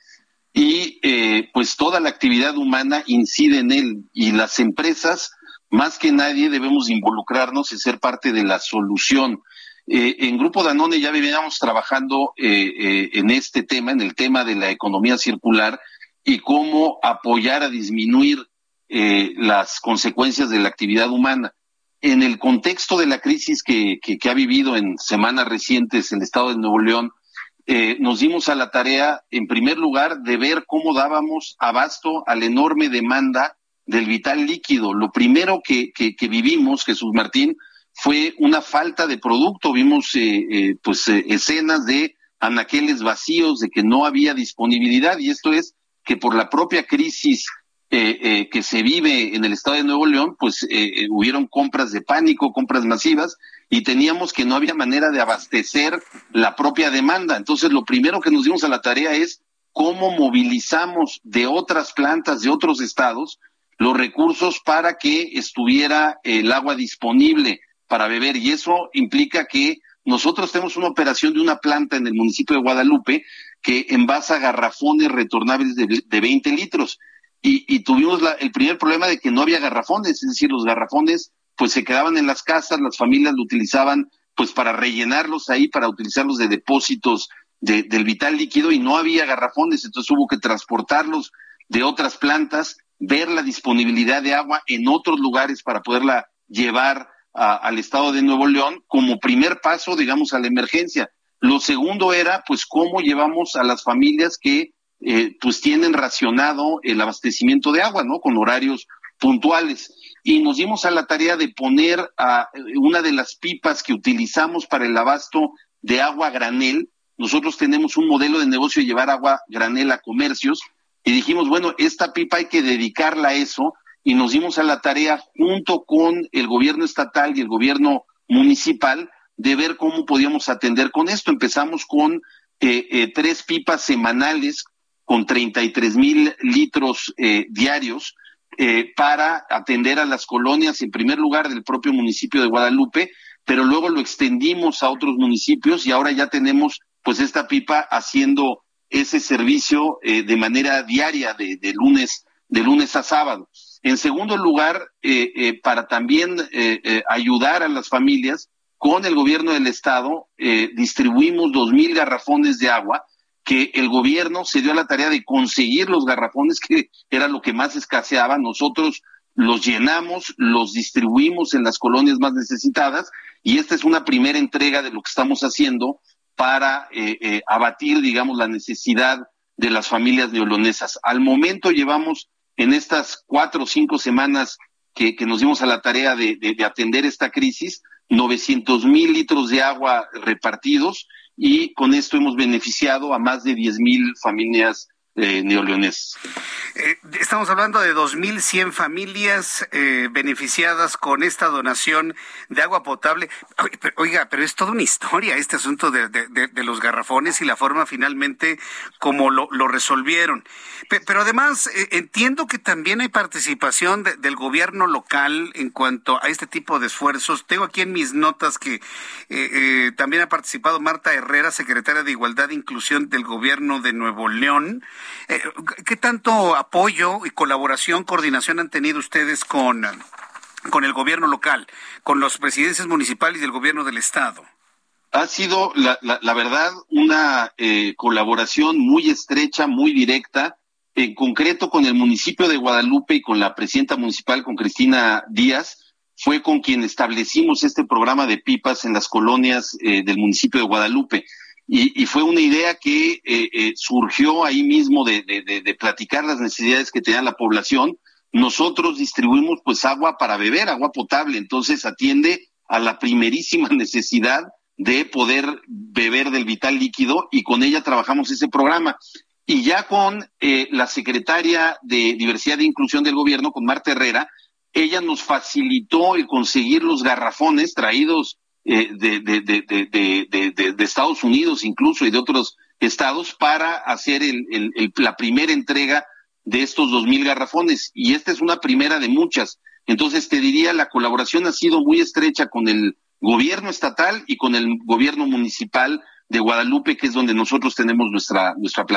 S19: y eh, pues toda la actividad humana incide en él, y las empresas, más que nadie, debemos involucrarnos y ser parte de la solución. Eh, en Grupo Danone ya veníamos trabajando eh, eh, en este tema, en el tema de la economía circular y cómo apoyar a disminuir eh, las consecuencias de la actividad humana. En el contexto de la crisis que, que, que ha vivido en semanas recientes el Estado de Nuevo León, eh, nos dimos a la tarea, en primer lugar, de ver cómo dábamos abasto a la enorme demanda del vital líquido. Lo primero que, que, que vivimos, Jesús Martín, fue una falta de producto. Vimos eh, eh, pues eh, escenas de anaqueles vacíos, de que no había disponibilidad, y esto es que por la propia crisis eh, eh, que se vive en el Estado de Nuevo León, pues eh, eh, hubieron compras de pánico, compras masivas, y teníamos que no había manera de abastecer la propia demanda. Entonces, lo primero que nos dimos a la tarea es cómo movilizamos de otras plantas, de otros estados, los recursos para que estuviera el agua disponible para beber, y eso implica que nosotros tenemos una operación de una planta en el municipio de Guadalupe que envasa garrafones retornables de, de veinte litros, y, y tuvimos la, el primer problema de que no había garrafones, es decir, los garrafones pues se quedaban en las casas, las familias lo utilizaban pues para rellenarlos ahí, para utilizarlos de depósitos de, del vital líquido, y no había garrafones, entonces hubo que transportarlos de otras plantas, ver la disponibilidad de agua en otros lugares para poderla llevar A, al Estado de Nuevo León como primer paso, digamos, a la emergencia. Lo segundo era, pues, cómo llevamos a las familias que, eh, pues, tienen racionado el abastecimiento de agua, ¿no?, con horarios puntuales. Y nos dimos a la tarea de poner a una de las pipas que utilizamos para el abasto de agua granel. Nosotros tenemos un modelo de negocio de llevar agua granel a comercios, y dijimos, bueno, esta pipa hay que dedicarla a eso, y nos dimos a la tarea junto con el gobierno estatal y el gobierno municipal de ver cómo podíamos atender con esto. Empezamos con eh, eh, tres pipas semanales con treinta y tres mil litros eh, diarios eh, para atender a las colonias, en primer lugar del propio municipio de Guadalupe, pero luego lo extendimos a otros municipios, y ahora ya tenemos pues esta pipa haciendo ese servicio eh, de manera diaria, de, de lunes de lunes a sábado. En segundo lugar, eh, eh, para también eh, eh, ayudar a las familias, con el gobierno del estado eh, distribuimos dos mil garrafones de agua, que el gobierno se dio a la tarea de conseguir los garrafones, que era lo que más escaseaba. Nosotros los llenamos, los distribuimos en las colonias más necesitadas, y esta es una primera entrega de lo que estamos haciendo para eh, eh, abatir, digamos, la necesidad de las familias neolonesas. Al momento llevamos, en estas cuatro o cinco semanas que, que nos dimos a la tarea de, de, de atender esta crisis, novecientos mil litros de agua repartidos, y con esto hemos beneficiado a más de diez mil familias eh, neoleonesas.
S3: Eh, estamos hablando de dos mil cien familias eh, beneficiadas con esta donación de agua potable. Oiga, pero es toda una historia este asunto de, de, de, de los garrafones y la forma finalmente como lo, lo resolvieron. Pe, pero además eh, entiendo que también hay participación de, del gobierno local en cuanto a este tipo de esfuerzos. Tengo aquí en mis notas que eh, eh, también ha participado Marta Herrera, secretaria de Igualdad e Inclusión del gobierno de Nuevo León. Eh, ¿Qué tanto apoyo y colaboración, coordinación han tenido ustedes con, con el gobierno local, con los presidencias municipales y el gobierno del estado?
S19: Ha sido, la, la, la verdad, una eh, colaboración muy estrecha, muy directa, en concreto con el municipio de Guadalupe y con la presidenta municipal, con Cristina Díaz. Fue con quien establecimos este programa de pipas en las colonias eh, del municipio de Guadalupe. Y, y fue una idea que eh, eh, surgió ahí mismo de, de, de, de platicar las necesidades que tenía la población. Nosotros distribuimos pues agua para beber, agua potable, entonces atiende a la primerísima necesidad de poder beber del vital líquido, y con ella trabajamos ese programa. Y ya con eh, la secretaria de Diversidad e Inclusión del gobierno, con Marta Herrera, ella nos facilitó el conseguir los garrafones traídos Eh, de, de, de, de, de, de, de Estados Unidos incluso, y de otros estados, para hacer el, el, el, la primera entrega de estos dos mil garrafones, y esta es una primera de muchas. Entonces te diría, la colaboración ha sido muy estrecha con el gobierno estatal y con el gobierno municipal de Guadalupe, que es donde nosotros tenemos nuestra, nuestra planta.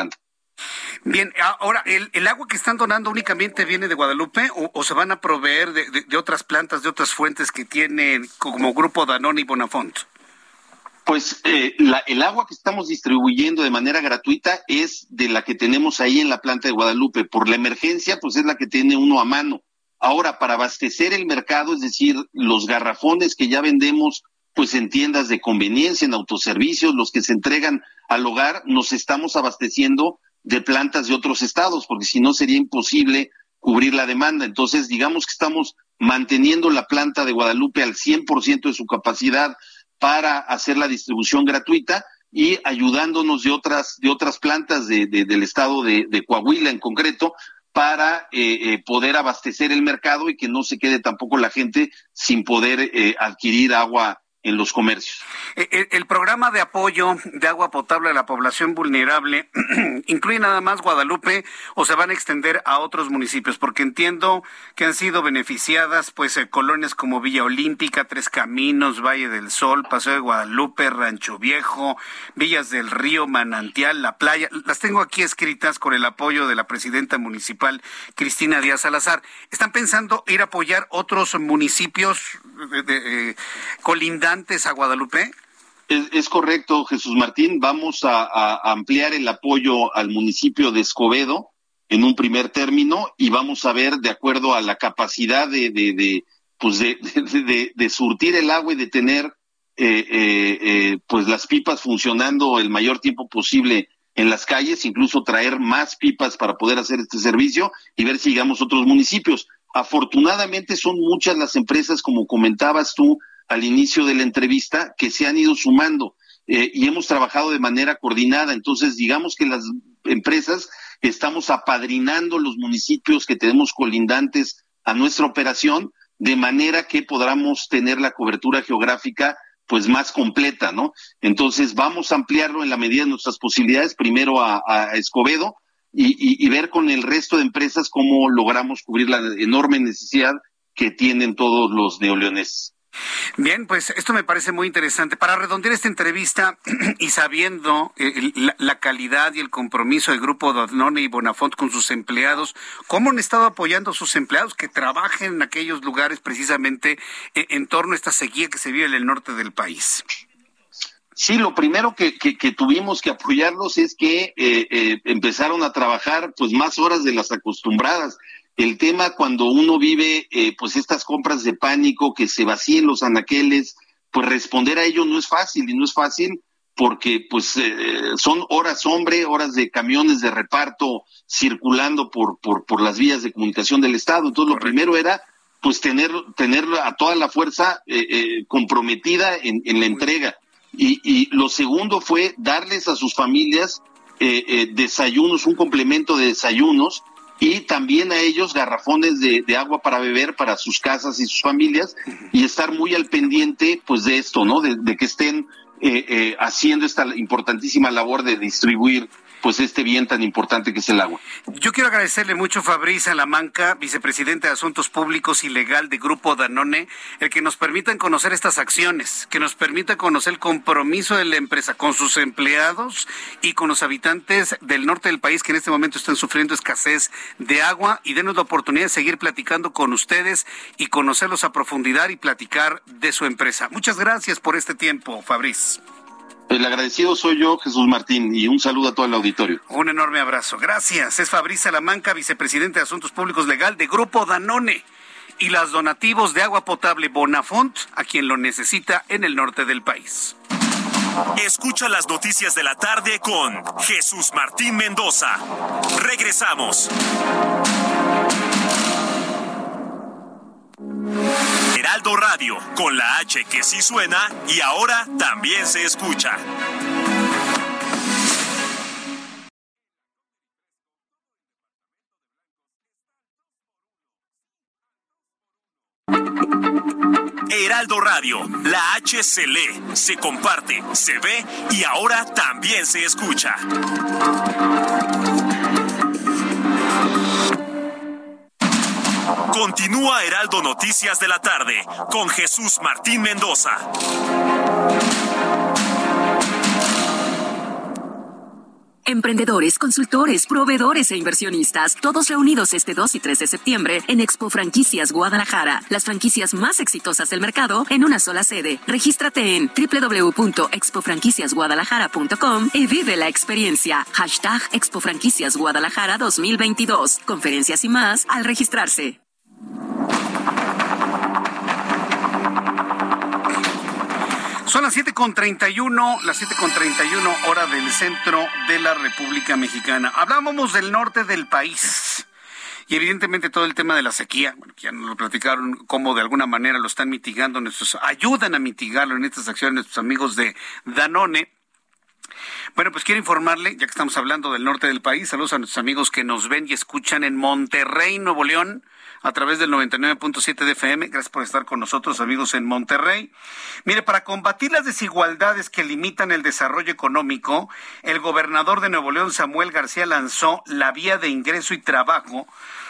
S3: Bien, ahora, ¿el, el agua que están donando únicamente viene de Guadalupe o, o se van a proveer de, de, de otras plantas, de otras fuentes que tienen como Grupo Danone y Bonafont?
S19: Pues eh, la, el agua que estamos distribuyendo de manera gratuita es de la que tenemos ahí en la planta de Guadalupe. Por la emergencia, pues es la que tiene uno a mano. Ahora, para abastecer el mercado, es decir, los garrafones que ya vendemos pues en tiendas de conveniencia, en autoservicios, los que se entregan al hogar, nos estamos abasteciendo de plantas de otros estados, porque si no sería imposible cubrir la demanda. Entonces, digamos que estamos manteniendo la planta de Guadalupe al cien por ciento de su capacidad para hacer la distribución gratuita y ayudándonos de otras de otras plantas de, de, del estado de, de Coahuila en concreto para eh, eh, poder abastecer el mercado y que no se quede tampoco la gente sin poder eh, adquirir agua en los comercios.
S3: El, el programa de apoyo de agua potable a la población vulnerable incluye nada más Guadalupe o se van a extender a otros municipios, porque entiendo que han sido beneficiadas pues eh, colonias como Villa Olímpica, Tres Caminos, Valle del Sol, Paseo de Guadalupe, Rancho Viejo, Villas del Río, Manantial, La Playa. Las tengo aquí escritas con el apoyo de la presidenta municipal Cristina Díaz Salazar. ¿Están pensando ir a apoyar otros municipios de, de, eh, colindantes a Guadalupe?
S19: Es, es correcto, Jesús Martín. Vamos a, a ampliar el apoyo al municipio de Escobedo en un primer término y vamos a ver, de acuerdo a la capacidad de, de, de pues de, de, de, de surtir el agua y de tener eh, eh, eh, pues las pipas funcionando el mayor tiempo posible en las calles, incluso traer más pipas para poder hacer este servicio y ver si llegamos a otros municipios. Afortunadamente son muchas las empresas, como comentabas tú al inicio de la entrevista, que se han ido sumando eh, y hemos trabajado de manera coordinada. Entonces, digamos que las empresas estamos apadrinando los municipios que tenemos colindantes a nuestra operación, de manera que podamos tener la cobertura geográfica pues más completa, ¿no? Entonces, vamos a ampliarlo en la medida de nuestras posibilidades, primero a, a Escobedo y, y, y ver con el resto de empresas cómo logramos cubrir la enorme necesidad que tienen todos los neoleoneses.
S3: Bien, pues esto me parece muy interesante. Para redondear esta entrevista y sabiendo eh, la, la calidad y el compromiso del Grupo Danone y Bonafont con sus empleados, ¿cómo han estado apoyando a sus empleados que trabajen en aquellos lugares precisamente eh, en torno a esta sequía que se vive en el norte del país?
S19: Sí, lo primero que, que, que tuvimos que apoyarlos es que eh, eh, empezaron a trabajar pues más horas de las acostumbradas. El tema cuando uno vive eh, pues estas compras de pánico, que se vacíen los anaqueles, pues responder a ello no es fácil, y no es fácil porque pues eh, son horas hombre, horas de camiones de reparto circulando por, por, por las vías de comunicación del Estado. Entonces, Correcto. Lo primero era pues tener, tener a toda la fuerza eh, eh, comprometida en, en la entrega. Y, y lo segundo fue darles a sus familias eh, eh, desayunos, un complemento de desayunos, y también a ellos garrafones de, de agua para beber para sus casas y sus familias, y estar muy al pendiente pues de esto, ¿no? De, de que estén eh, eh, haciendo esta importantísima labor de distribuir pues este bien tan importante que es el agua.
S3: Yo quiero agradecerle mucho a Fabriz Salamanca, vicepresidente de Asuntos Públicos y Legal de Grupo Danone, el que nos permitan conocer estas acciones, que nos permita conocer el compromiso de la empresa con sus empleados y con los habitantes del norte del país que en este momento están sufriendo escasez de agua, y denos la oportunidad de seguir platicando con ustedes y conocerlos a profundidad y platicar de su empresa. Muchas gracias por este tiempo, Fabriz.
S19: El agradecido soy yo, Jesús Martín, y un saludo a todo el auditorio.
S3: Un enorme abrazo. Gracias. Es Fabriz Salamanca, vicepresidente de Asuntos Públicos Legal de Grupo Danone. Y las donativos de agua potable Bonafont a quien lo necesita en el norte del país.
S2: Escucha las noticias de la tarde con Jesús Martín Mendoza. Regresamos. Heraldo Radio, con la H que sí suena y ahora también se escucha. Heraldo Radio, la H se lee, se comparte, se ve y ahora también se escucha. Continúa Heraldo Noticias de la tarde con Jesús Martín Mendoza.
S20: Emprendedores, consultores, proveedores e inversionistas, todos reunidos este dos y tres de septiembre en Expo Franquicias Guadalajara. Las franquicias más exitosas del mercado en una sola sede. Regístrate en doble u doble u doble u punto expo franquicias guadalajara punto com y vive la experiencia. Hashtag Expo Franquicias Guadalajara dos mil veintidós. Conferencias y más al registrarse.
S3: Son las siete con treinta y uno, las siete con treinta y uno hora del centro de la República Mexicana. Hablábamos del norte del país y evidentemente todo el tema de la sequía, bueno, que ya nos lo platicaron, cómo de alguna manera lo están mitigando, nuestros, ayudan a mitigarlo en estas acciones nuestros amigos de Danone. Bueno, pues quiero informarle, ya que estamos hablando del norte del país, saludos a nuestros amigos que nos ven y escuchan en Monterrey, Nuevo León, a través del noventa y nueve punto siete de F M. Gracias por estar con nosotros, amigos, en Monterrey. Mire, para combatir las desigualdades que limitan el desarrollo económico, el gobernador de Nuevo León, Samuel García, lanzó la Vía de Ingreso y Trabajo,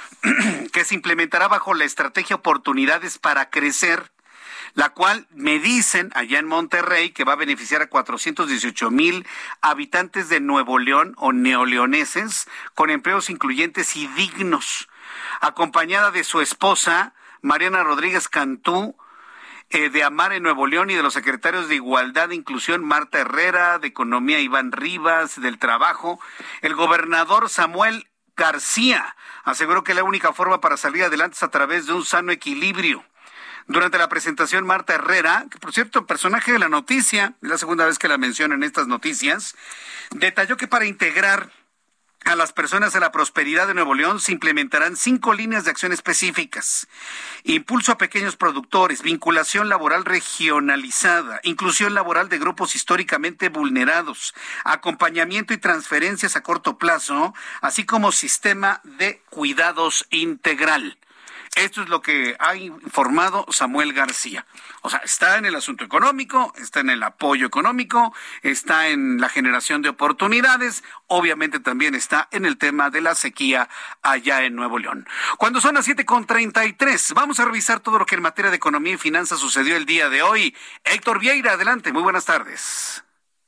S3: que se implementará bajo la estrategia Oportunidades para Crecer, la cual me dicen allá en Monterrey que va a beneficiar a cuatrocientos dieciocho mil habitantes de Nuevo León o neoleoneses con empleos incluyentes y dignos, acompañada de su esposa, Mariana Rodríguez Cantú, eh, de Amar en Nuevo León, y de los secretarios de Igualdad e Inclusión, Marta Herrera, de Economía, Iván Rivas, del Trabajo. El gobernador Samuel García aseguró que la única forma para salir adelante es a través de un sano equilibrio. Durante la presentación, Marta Herrera, que por cierto, personaje de la noticia, es la segunda vez que la menciono en estas noticias, detalló que para integrar a las personas a la prosperidad de Nuevo León se implementarán cinco líneas de acción específicas: impulso a pequeños productores, vinculación laboral regionalizada, inclusión laboral de grupos históricamente vulnerados, acompañamiento y transferencias a corto plazo, así como sistema de cuidados integral. Esto es lo que ha informado Samuel García. O sea, está en el asunto económico, está en el apoyo económico, está en la generación de oportunidades, obviamente también está en el tema de la sequía allá en Nuevo León. Cuando son las siete con treinta y tres, vamos a revisar todo lo que en materia de economía y finanzas sucedió el día de hoy. Héctor Vieira, adelante, muy buenas tardes.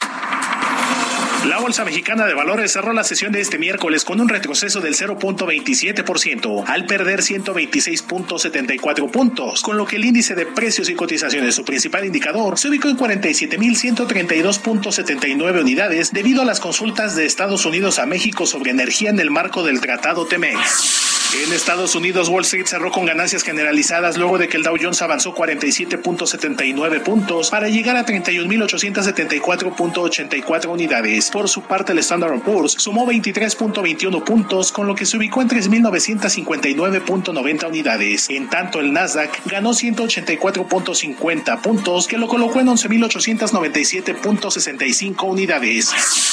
S21: La Bolsa Mexicana de Valores cerró la sesión de este miércoles con un retroceso del cero punto veintisiete por ciento, al perder ciento veintiséis punto setenta y cuatro puntos, con lo que el índice de precios y cotizaciones, su principal indicador, se ubicó en cuarenta y siete mil ciento treinta y dos punto setenta y nueve unidades debido a las consultas de Estados Unidos a México sobre energía en el marco del Tratado TEMEC. En Estados Unidos, Wall Street cerró con ganancias generalizadas luego de que el Dow Jones avanzó cuarenta y siete punto setenta y nueve puntos para llegar a treinta y un mil ochocientos setenta y cuatro punto ochenta y cuatro unidades. Por su parte, el Standard and Poor's sumó veintitrés punto veintiuno puntos, con lo que se ubicó en tres mil novecientos cincuenta y nueve punto noventa unidades. En tanto, el Nasdaq ganó ciento ochenta y cuatro punto cincuenta puntos, que lo colocó en once mil ochocientos noventa y siete punto sesenta y cinco unidades.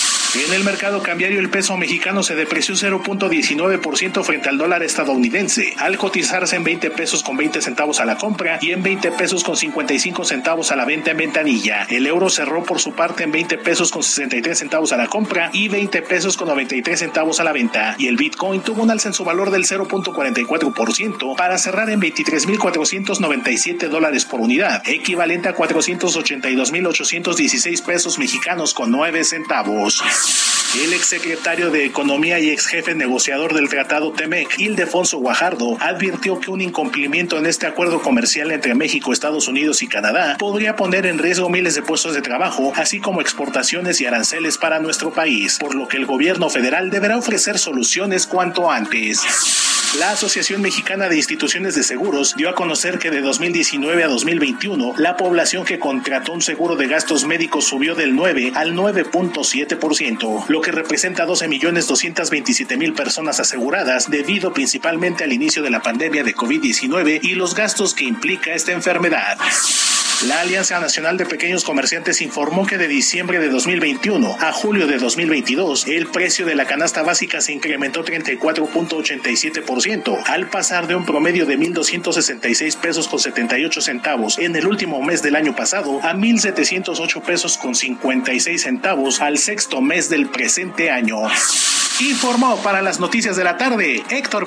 S21: En el mercado cambiario, el peso mexicano se depreció cero punto diecinueve por ciento frente al dólar estadounidense, al cotizarse en veinte pesos con veinte centavos a la compra y en veinte pesos con cincuenta y cinco centavos a la venta en ventanilla. El euro cerró por su parte en veinte pesos con sesenta y tres centavos a la compra y veinte pesos con noventa y tres centavos a la venta. Y el Bitcoin tuvo un alza en su valor del cero punto cuarenta y cuatro por ciento para cerrar en veintitrés mil cuatrocientos noventa y siete dólares por unidad, equivalente a cuatrocientos ochenta y dos mil ochocientos dieciséis pesos mexicanos con nueve centavos. El exsecretario de Economía y ex jefe negociador del Tratado TEMEC, Ildefonso Guajardo, advirtió que un incumplimiento en este acuerdo comercial entre México, Estados Unidos y Canadá podría poner en riesgo miles de puestos de trabajo, así como exportaciones y aranceles para nuestro país, por lo que el gobierno federal deberá ofrecer soluciones cuanto antes. La Asociación Mexicana de Instituciones de Seguros dio a conocer que de dos mil diecinueve a dos mil veintiuno, la población que contrató un seguro de gastos médicos subió del nueve al nueve punto siete por ciento, lo que representa doce millones doscientos veintisiete mil personas aseguradas, debido principalmente al inicio de la pandemia de COVID diecinueve y los gastos que implica esta enfermedad. La Alianza Nacional de Pequeños Comerciantes informó que de diciembre de dos mil veintiuno a julio de dos mil veintidós, el precio de la canasta básica se incrementó treinta y cuatro punto ochenta y siete por ciento, al pasar de un promedio de mil doscientos sesenta y seis pesos con setenta y ocho centavos en el último mes del año pasado a mil setecientos ocho pesos con cincuenta y seis centavos al sexto mes del presente año. Informó para las noticias de la tarde, Héctor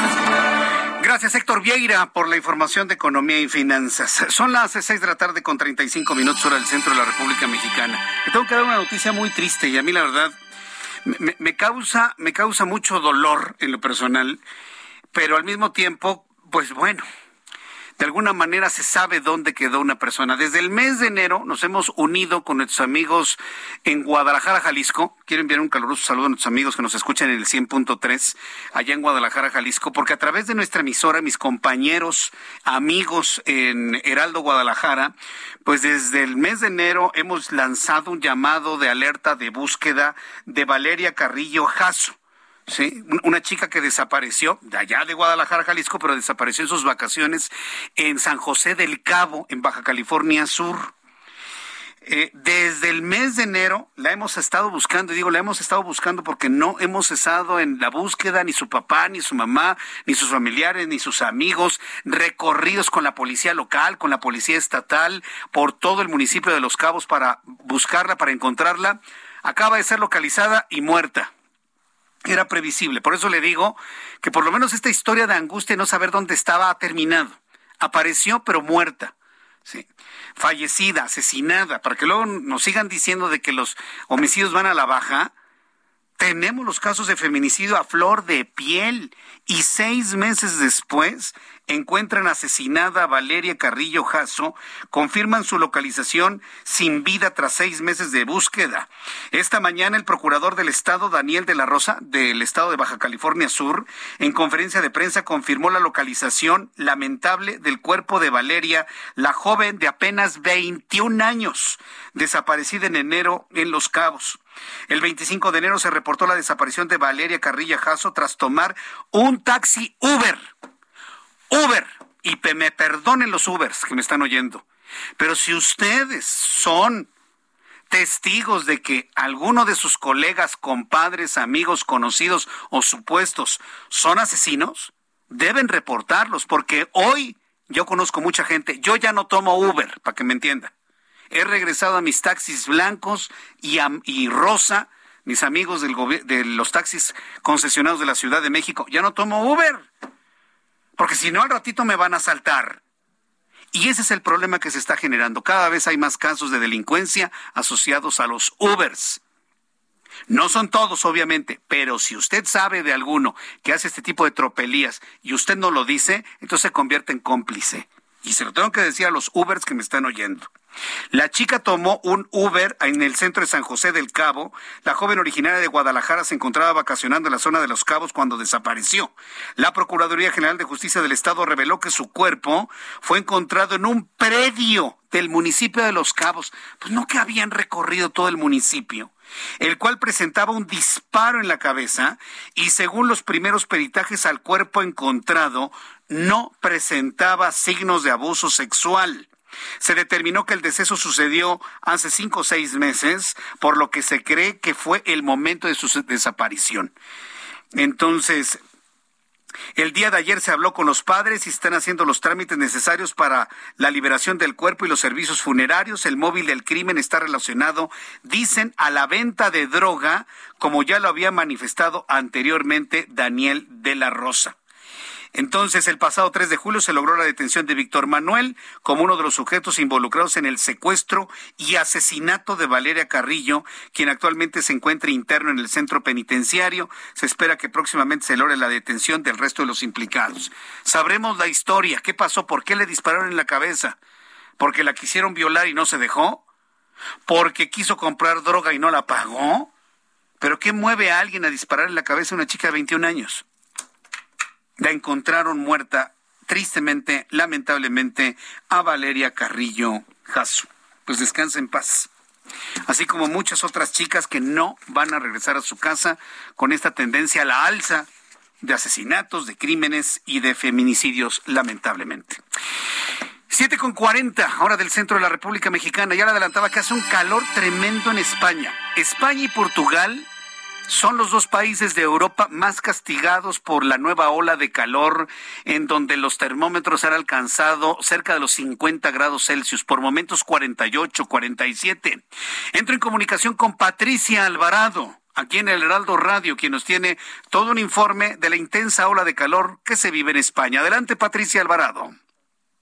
S21: Vieira.
S3: Gracias, Héctor Vieira, por la información de economía y finanzas. Son las seis de la tarde con treinta y cinco minutos hora del centro de la República Mexicana. Le tengo que dar una noticia muy triste y a mí la verdad me, me causa, me causa mucho dolor en lo personal, pero al mismo tiempo, pues bueno, de alguna manera se sabe dónde quedó una persona. Desde el mes de enero nos hemos unido con nuestros amigos en Guadalajara, Jalisco. Quiero enviar un caluroso saludo a nuestros amigos que nos escuchan en el cien punto tres, allá en Guadalajara, Jalisco, porque a través de nuestra emisora, mis compañeros, amigos en Heraldo Guadalajara, pues desde el mes de enero hemos lanzado un llamado de alerta de búsqueda de Valeria Carrillo Jasso. Sí, una chica que desapareció de allá de Guadalajara, Jalisco, pero desapareció en sus vacaciones en San José del Cabo, en Baja California Sur. Eh, desde el mes de enero la hemos estado buscando, y digo, la hemos estado buscando porque no hemos cesado en la búsqueda, ni su papá, ni su mamá, ni sus familiares, ni sus amigos, recorridos con la policía local, con la policía estatal, por todo el municipio de Los Cabos para buscarla, para encontrarla. Acaba de ser localizada y muerta. Era previsible. Por eso le digo que por lo menos esta historia de angustia y no saber dónde estaba ha terminado. Apareció, pero muerta. Sí. Fallecida, asesinada. Para que luego nos sigan diciendo de que los homicidios van a la baja. Tenemos los casos de feminicidio a flor de piel. Y seis meses después encuentran asesinada a Valeria Carrillo Jasso, confirman su localización sin vida tras seis meses de búsqueda. Esta mañana el procurador del Estado, Daniel de la Rosa, del Estado de Baja California Sur, en conferencia de prensa confirmó la localización lamentable del cuerpo de Valeria, la joven de apenas veintiún años, desaparecida en enero en Los Cabos. El veinticinco de enero se reportó la desaparición de Valeria Carrillo Jasso tras tomar un taxi Uber. Uber, y pe- me perdonen los Ubers que me están oyendo, pero si ustedes son testigos de que alguno de sus colegas, compadres, amigos, conocidos o supuestos son asesinos, deben reportarlos, porque hoy yo conozco mucha gente. Yo ya no tomo Uber, para que me entienda. He regresado a mis taxis blancos y, a, y rosa, mis amigos del gobi- de los taxis concesionados de la Ciudad de México. Ya no tomo Uber, porque si no al ratito me van a asaltar. Y ese es el problema que se está generando. Cada vez hay más casos de delincuencia asociados a los Ubers. No son todos, obviamente, pero si usted sabe de alguno que hace este tipo de tropelías y usted no lo dice, entonces se convierte en cómplice. Y se lo tengo que decir a los Ubers que me están oyendo. La chica tomó un Uber en el centro de San José del Cabo. La joven originaria de Guadalajara se encontraba vacacionando en la zona de Los Cabos cuando desapareció. La Procuraduría General de Justicia del Estado reveló que su cuerpo fue encontrado en un predio del municipio de Los Cabos. Pues no que habían recorrido todo el municipio, el cual presentaba un disparo en la cabeza y según los primeros peritajes al cuerpo encontrado, no presentaba signos de abuso sexual. Se determinó que el deceso sucedió hace cinco o seis meses, por lo que se cree que fue el momento de su desaparición. Entonces, el día de ayer se habló con los padres y están haciendo los trámites necesarios para la liberación del cuerpo y los servicios funerarios. El móvil del crimen está relacionado, dicen, a la venta de droga, como ya lo había manifestado anteriormente Daniel de la Rosa. Entonces, el pasado tres de julio se logró la detención de Víctor Manuel como uno de los sujetos involucrados en el secuestro y asesinato de Valeria Carrillo, quien actualmente se encuentra interno en el centro penitenciario. Se espera que próximamente se logre la detención del resto de los implicados. Sabremos la historia, qué pasó, por qué le dispararon en la cabeza, porque la quisieron violar y no se dejó, porque quiso comprar droga y no la pagó. ¿Pero qué mueve a alguien a disparar en la cabeza a una chica de veintiún años? La encontraron muerta, tristemente, lamentablemente, a Valeria Carrillo Jasso. Pues descansa en paz. Así como muchas otras chicas que no van a regresar a su casa con esta tendencia a la alza de asesinatos, de crímenes y de feminicidios, lamentablemente. siete con cuarenta, hora del centro de la República Mexicana. Ya le adelantaba que hace un calor tremendo en España. España y Portugal son los dos países de Europa más castigados por la nueva ola de calor, en donde los termómetros han alcanzado cerca de los cincuenta grados Celsius, por momentos cuarenta y ocho, cuarenta y siete. Entro en comunicación con Patricia Alvarado, aquí en el Heraldo Radio, quien nos tiene todo un informe de la intensa ola de calor que se vive en España. Adelante, Patricia Alvarado.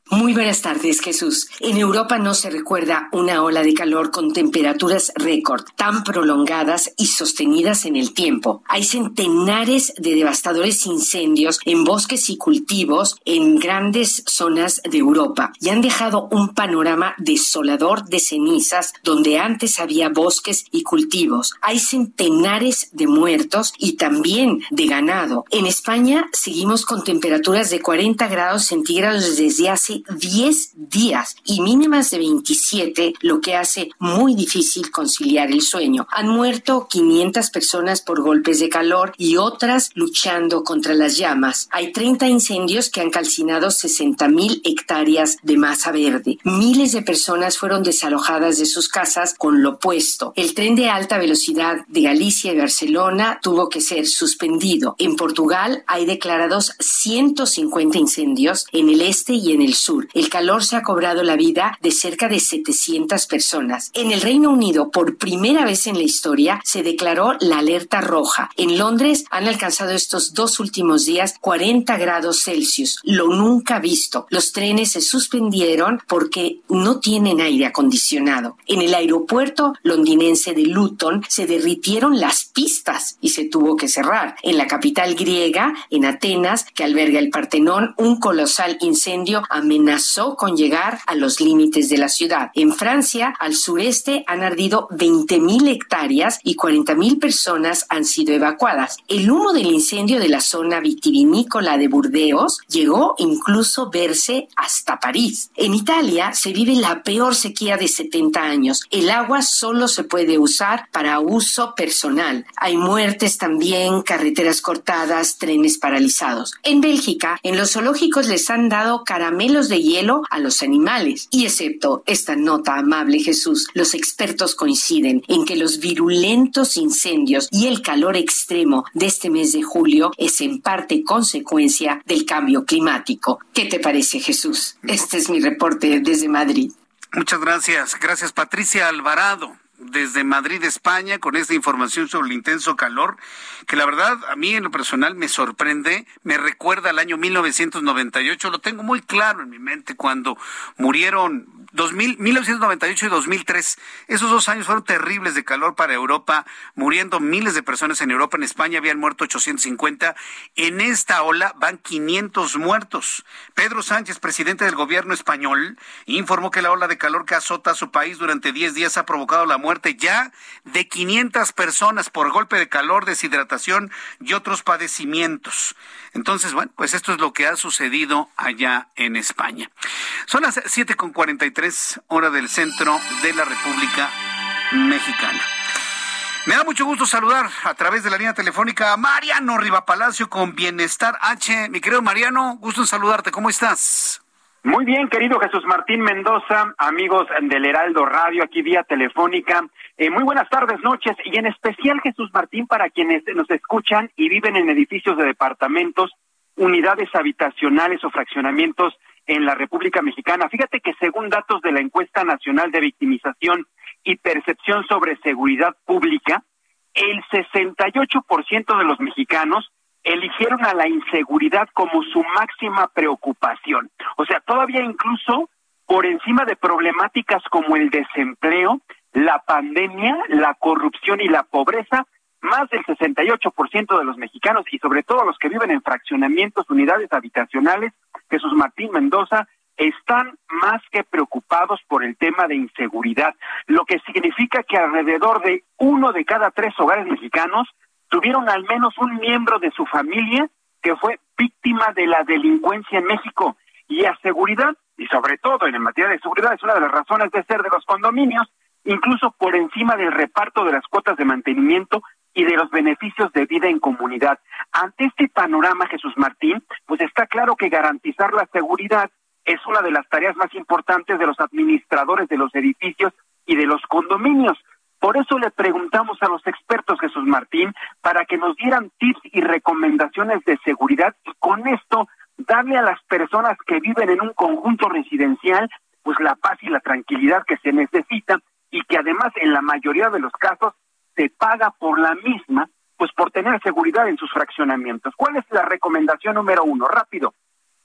S1: Muy buenas tardes, Jesús. En Europa no se recuerda una ola de calor con temperaturas récord tan prolongadas y sostenidas en el tiempo. Hay centenares de devastadores incendios en bosques y cultivos en grandes zonas de Europa y han dejado un panorama desolador de cenizas donde antes había bosques y cultivos. Hay centenares de muertos y también de ganado. En España seguimos con temperaturas de cuarenta grados centígrados desde hace diez días y mínimas de veintisiete, lo que hace muy difícil conciliar el sueño. Han muerto quinientas personas por golpes de calor y otras luchando contra las llamas. Hay treinta incendios que han calcinado sesenta mil hectáreas de masa verde. Miles de personas fueron desalojadas de sus casas con lo puesto. El tren de alta velocidad de Galicia y Barcelona tuvo que ser suspendido. En Portugal hay declarados ciento cincuenta incendios en el este y en el sur. El calor se ha cobrado la vida de cerca de setecientas personas. En el Reino Unido, por primera vez en la historia, se declaró la alerta roja. En Londres han alcanzado estos dos últimos días cuarenta grados Celsius, lo nunca visto. Los trenes se suspendieron porque no tienen aire acondicionado. En el aeropuerto londinense de Luton se derritieron las pistas y se tuvo que cerrar. En la capital griega, en Atenas, que alberga el Partenón, un colosal incendio amenazó amenazó con llegar a los límites de la ciudad. En Francia, al sureste, han ardido veinte mil hectáreas y cuarenta mil personas han sido evacuadas. El humo del incendio de la zona vitivinícola de Burdeos llegó incluso a verse hasta París. En Italia se vive la peor sequía de setenta años. El agua solo se puede usar para uso personal. Hay muertes también, carreteras cortadas, trenes paralizados. En Bélgica, en los zoológicos les han dado caramelos de hielo a los animales. Y excepto esta nota amable, Jesús, los expertos coinciden en que los virulentos incendios y el calor extremo de este mes de julio es en parte consecuencia del cambio climático. ¿Qué te parece, Jesús? Este es mi reporte desde Madrid.
S3: Muchas gracias. Gracias, Patricia Alvarado, desde Madrid, España, con esta información sobre el intenso calor, que la verdad a mí en lo personal me sorprende, me recuerda al año mil novecientos noventa y ocho, lo tengo muy claro en mi mente, cuando murieron dos mil, mil novecientos noventa y ocho y dos mil tres. Esos dos años fueron terribles de calor para Europa, muriendo miles de personas en Europa. En España habían muerto ochocientos cincuenta. En esta ola van quinientos muertos. Pedro Sánchez, presidente del gobierno español, informó que la ola de calor que azota a su país durante diez días ha provocado la muerte ya de quinientas personas por golpe de calor, deshidratación y otros padecimientos. Entonces, bueno, pues esto es lo que ha sucedido allá en España. Son las siete con cuarenta y tres, hora del centro de la República Mexicana. Me da mucho gusto saludar a través de la línea telefónica a Mariano Rivapalacio con Bienestar H. Mi querido Mariano, gusto en saludarte. ¿Cómo estás?
S22: Muy bien, querido Jesús Martín Mendoza, amigos del Heraldo Radio, aquí vía telefónica. Eh, muy buenas tardes, noches, y en especial, Jesús Martín, para quienes nos escuchan y viven en edificios de departamentos, unidades habitacionales o fraccionamientos en la República Mexicana. Fíjate que según datos de la Encuesta Nacional de Victimización y Percepción sobre Seguridad Pública, el sesenta y ocho por ciento de los mexicanos eligieron a la inseguridad como su máxima preocupación. O sea, todavía incluso por encima de problemáticas como el desempleo, la pandemia, la corrupción y la pobreza, más del sesenta y ocho por ciento de los mexicanos, y sobre todo los que viven en fraccionamientos, unidades habitacionales, Jesús Martín Mendoza, están más que preocupados por el tema de inseguridad, lo que significa que alrededor de uno de cada tres hogares mexicanos tuvieron al menos un miembro de su familia que fue víctima de la delincuencia en México. Y a seguridad, y sobre todo en materia de seguridad, es una de las razones de ser de los condominios, incluso por encima del reparto de las cuotas de mantenimiento y de los beneficios de vida en comunidad. Ante este panorama, Jesús Martín, pues está claro que garantizar la seguridad es una de las tareas más importantes de los administradores de los edificios y de los condominios. Por eso le preguntamos a los expertos, Jesús Martín, para que nos dieran tips y recomendaciones de seguridad, y con esto darle a las personas que viven en un conjunto residencial pues la paz y la tranquilidad que se necesita, y que además en la mayoría de los casos se paga por la misma, pues por tener seguridad en sus fraccionamientos. ¿Cuál es la recomendación número uno? Rápido.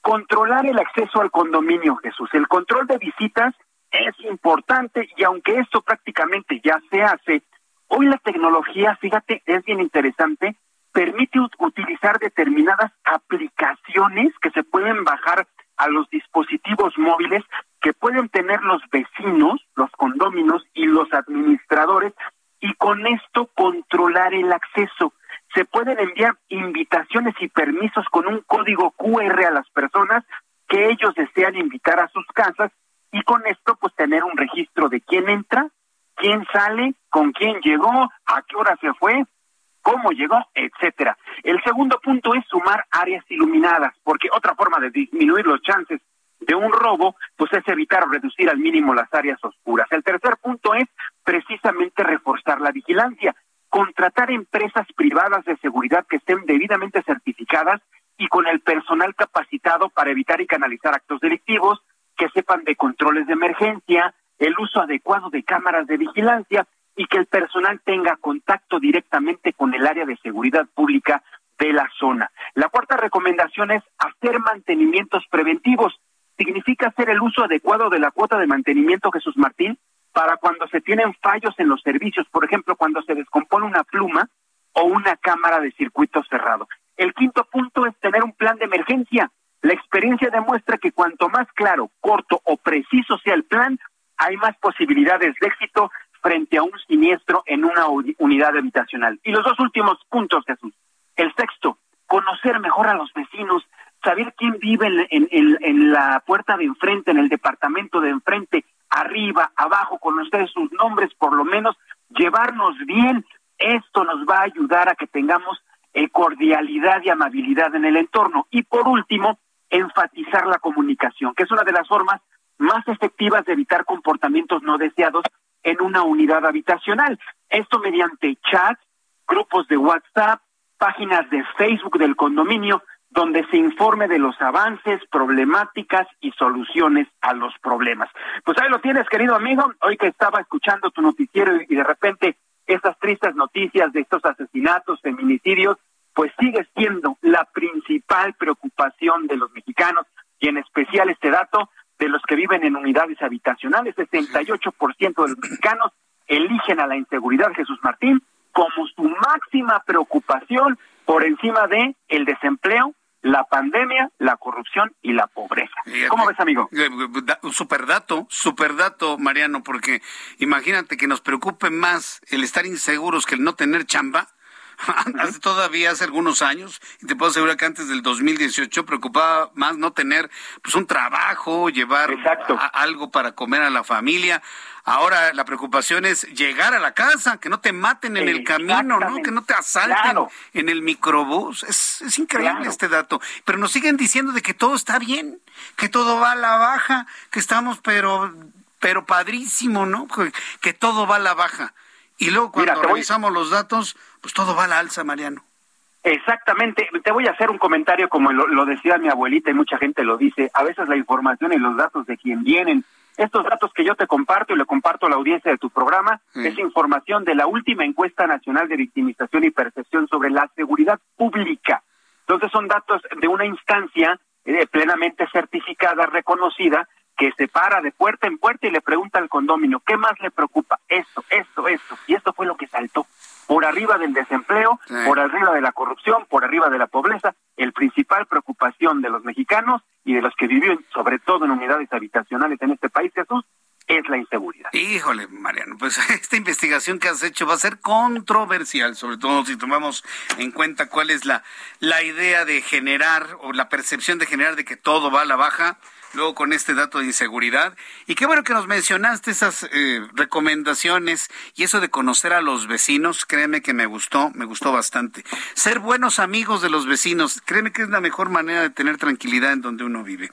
S22: Controlar el acceso al condominio, Jesús. El control de visitas es importante y aunque esto prácticamente ya se hace, hoy la tecnología, fíjate, es bien interesante, permite ut- utilizar determinadas aplicaciones que se pueden bajar a los dispositivos móviles que pueden tener los vecinos, los condóminos y los administradores, y con esto controlar el acceso. Se pueden enviar invitaciones y permisos con un código cu erre a las personas que ellos desean invitar a sus casas, y con esto pues tener un registro de quién entra, quién sale, con quién llegó, a qué hora se fue, cómo llegó, etcétera. El segundo punto es sumar áreas iluminadas, porque otra forma de disminuir los chances de un robo pues es evitar o reducir al mínimo las áreas oscuras. El tercer punto es precisamente reforzar la vigilancia, contratar empresas privadas de seguridad que estén debidamente certificadas y con el personal capacitado para evitar y canalizar actos delictivos, que sepan de controles de emergencia, el uso adecuado de cámaras de vigilancia y que el personal tenga contacto directamente con el área de seguridad pública de la zona. La cuarta recomendación es hacer mantenimientos preventivos. Significa hacer el uso adecuado de la cuota de mantenimiento, Jesús Martín, para cuando se tienen fallos en los servicios, por ejemplo, cuando se descompone una pluma o una cámara de circuito cerrado. El quinto punto es tener un plan de emergencia. La experiencia demuestra que cuanto más claro, corto o preciso sea el plan, hay más posibilidades de éxito frente a un siniestro en una unidad habitacional. Y los dos últimos puntos, Jesús. El sexto, conocer mejor a los vecinos, saber quién vive en, en, en, en la puerta de enfrente, en el departamento de enfrente, arriba, abajo, conocer sus nombres, por lo menos llevarnos bien. Esto nos va a ayudar a que tengamos eh, cordialidad y amabilidad en el entorno. Y por último, enfatizar la comunicación, que es una de las formas más efectivas de evitar comportamientos no deseados en una unidad habitacional. Esto mediante chats, grupos de WhatsApp, páginas de Facebook del condominio, donde se informe de los avances, problemáticas y soluciones a los problemas. Pues ahí lo tienes, querido amigo, hoy que estaba escuchando tu noticiero y de repente estas tristes noticias de estos asesinatos, feminicidios, pues sigue siendo la principal preocupación de los mexicanos, y en especial este dato de los que viven en unidades habitacionales. sesenta y ocho por ciento de los mexicanos eligen a la inseguridad, Jesús Martín, como su máxima preocupación por encima de el desempleo, la pandemia, la corrupción y la pobreza. Fíjate. ¿Cómo ves, amigo?
S3: Un super dato, super dato, Mariano, porque imagínate que nos preocupe más el estar inseguros que el no tener chamba. Hace todavía, hace algunos años, y te puedo asegurar que antes del dos mil dieciocho preocupaba más no tener pues un trabajo, llevar a, algo para comer a la familia. Ahora la preocupación es llegar a la casa, que no te maten en el camino, ¿no? Que no te asalten claro. en el microbús. Es, es increíble claro. este dato. Pero nos siguen diciendo de que todo está bien, que todo va a la baja, que estamos pero, pero padrísimo, ¿no? Que, que todo va a la baja. Y luego cuando Mira, revisamos voy... los datos, pues todo va a la alza, Mariano.
S22: Exactamente. Te voy a hacer un comentario como lo, lo decía mi abuelita y mucha gente lo dice. A veces la información y los datos de quien vienen, estos datos que yo te comparto y le comparto a la audiencia de tu programa, sí. es información de la última encuesta nacional de victimización y percepción sobre la seguridad pública. Entonces son datos de una instancia eh, plenamente certificada, reconocida, que se para de puerta en puerta y le pregunta al condominio, ¿qué más le preocupa? Esto, esto, esto. Y esto fue lo que saltó. Por arriba del desempleo, sí. por arriba de la corrupción, por arriba de la pobreza, el principal preocupación de los mexicanos y de los que viven, sobre todo en unidades habitacionales en este país, Jesús, es la inseguridad.
S3: Híjole, Mariano, pues esta investigación que has hecho va a ser controversial, sobre todo si tomamos en cuenta cuál es la, la idea de generar, o la percepción de generar de que todo va a la baja, luego con este dato de inseguridad. Y qué bueno que nos mencionaste esas eh, recomendaciones y eso de conocer a los vecinos, créeme que me gustó, me gustó bastante. Ser buenos amigos de los vecinos, créeme que es la mejor manera de tener tranquilidad en donde uno vive.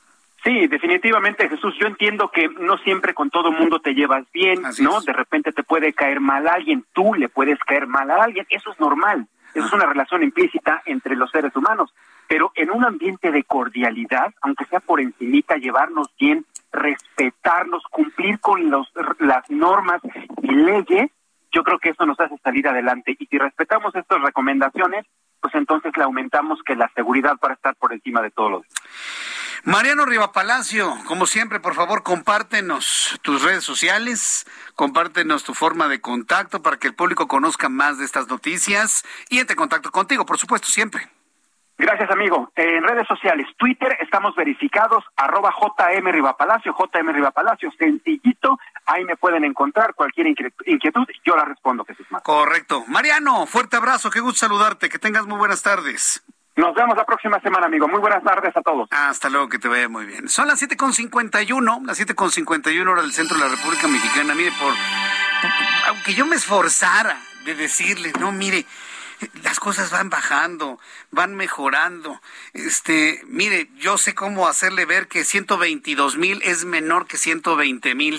S22: Sí, definitivamente, Jesús, yo entiendo que no siempre con todo mundo te llevas bien, Así ¿no? Es. De repente te puede caer mal a alguien, tú le puedes caer mal a alguien, eso es normal, eso ah. es una relación implícita entre los seres humanos. Pero en un ambiente de cordialidad, aunque sea por encimita, llevarnos bien, respetarnos, cumplir con los, las normas y leyes, yo creo que eso nos hace salir adelante. Y si respetamos estas recomendaciones, pues entonces le aumentamos que la seguridad para estar por encima de todo lo demás.
S3: Mariano Rivapalacio, como siempre, por favor, compártenos tus redes sociales, compártenos tu forma de contacto para que el público conozca más de estas noticias y entre en contacto contigo, por supuesto, siempre.
S22: Gracias, amigo. En redes sociales, Twitter, estamos verificados, arroba J M Rivapalacio, J M Rivapalacio, sencillito, ahí me pueden encontrar cualquier inquietud, yo la respondo, Jesús Martín.
S3: Correcto. Mariano, fuerte abrazo, qué gusto saludarte, que tengas muy buenas tardes.
S22: Nos vemos la próxima semana, amigo. Muy buenas tardes a todos.
S3: Hasta luego, que te vaya muy bien. Son las siete con cincuenta y uno, las siete con cincuenta y uno hora del centro de la República Mexicana. Mire, por aunque yo me esforzara de decirle, no, mire, las cosas van bajando, van mejorando. Este, mire, yo sé cómo hacerle ver que ciento veintidós mil es menor que ciento veinte mil.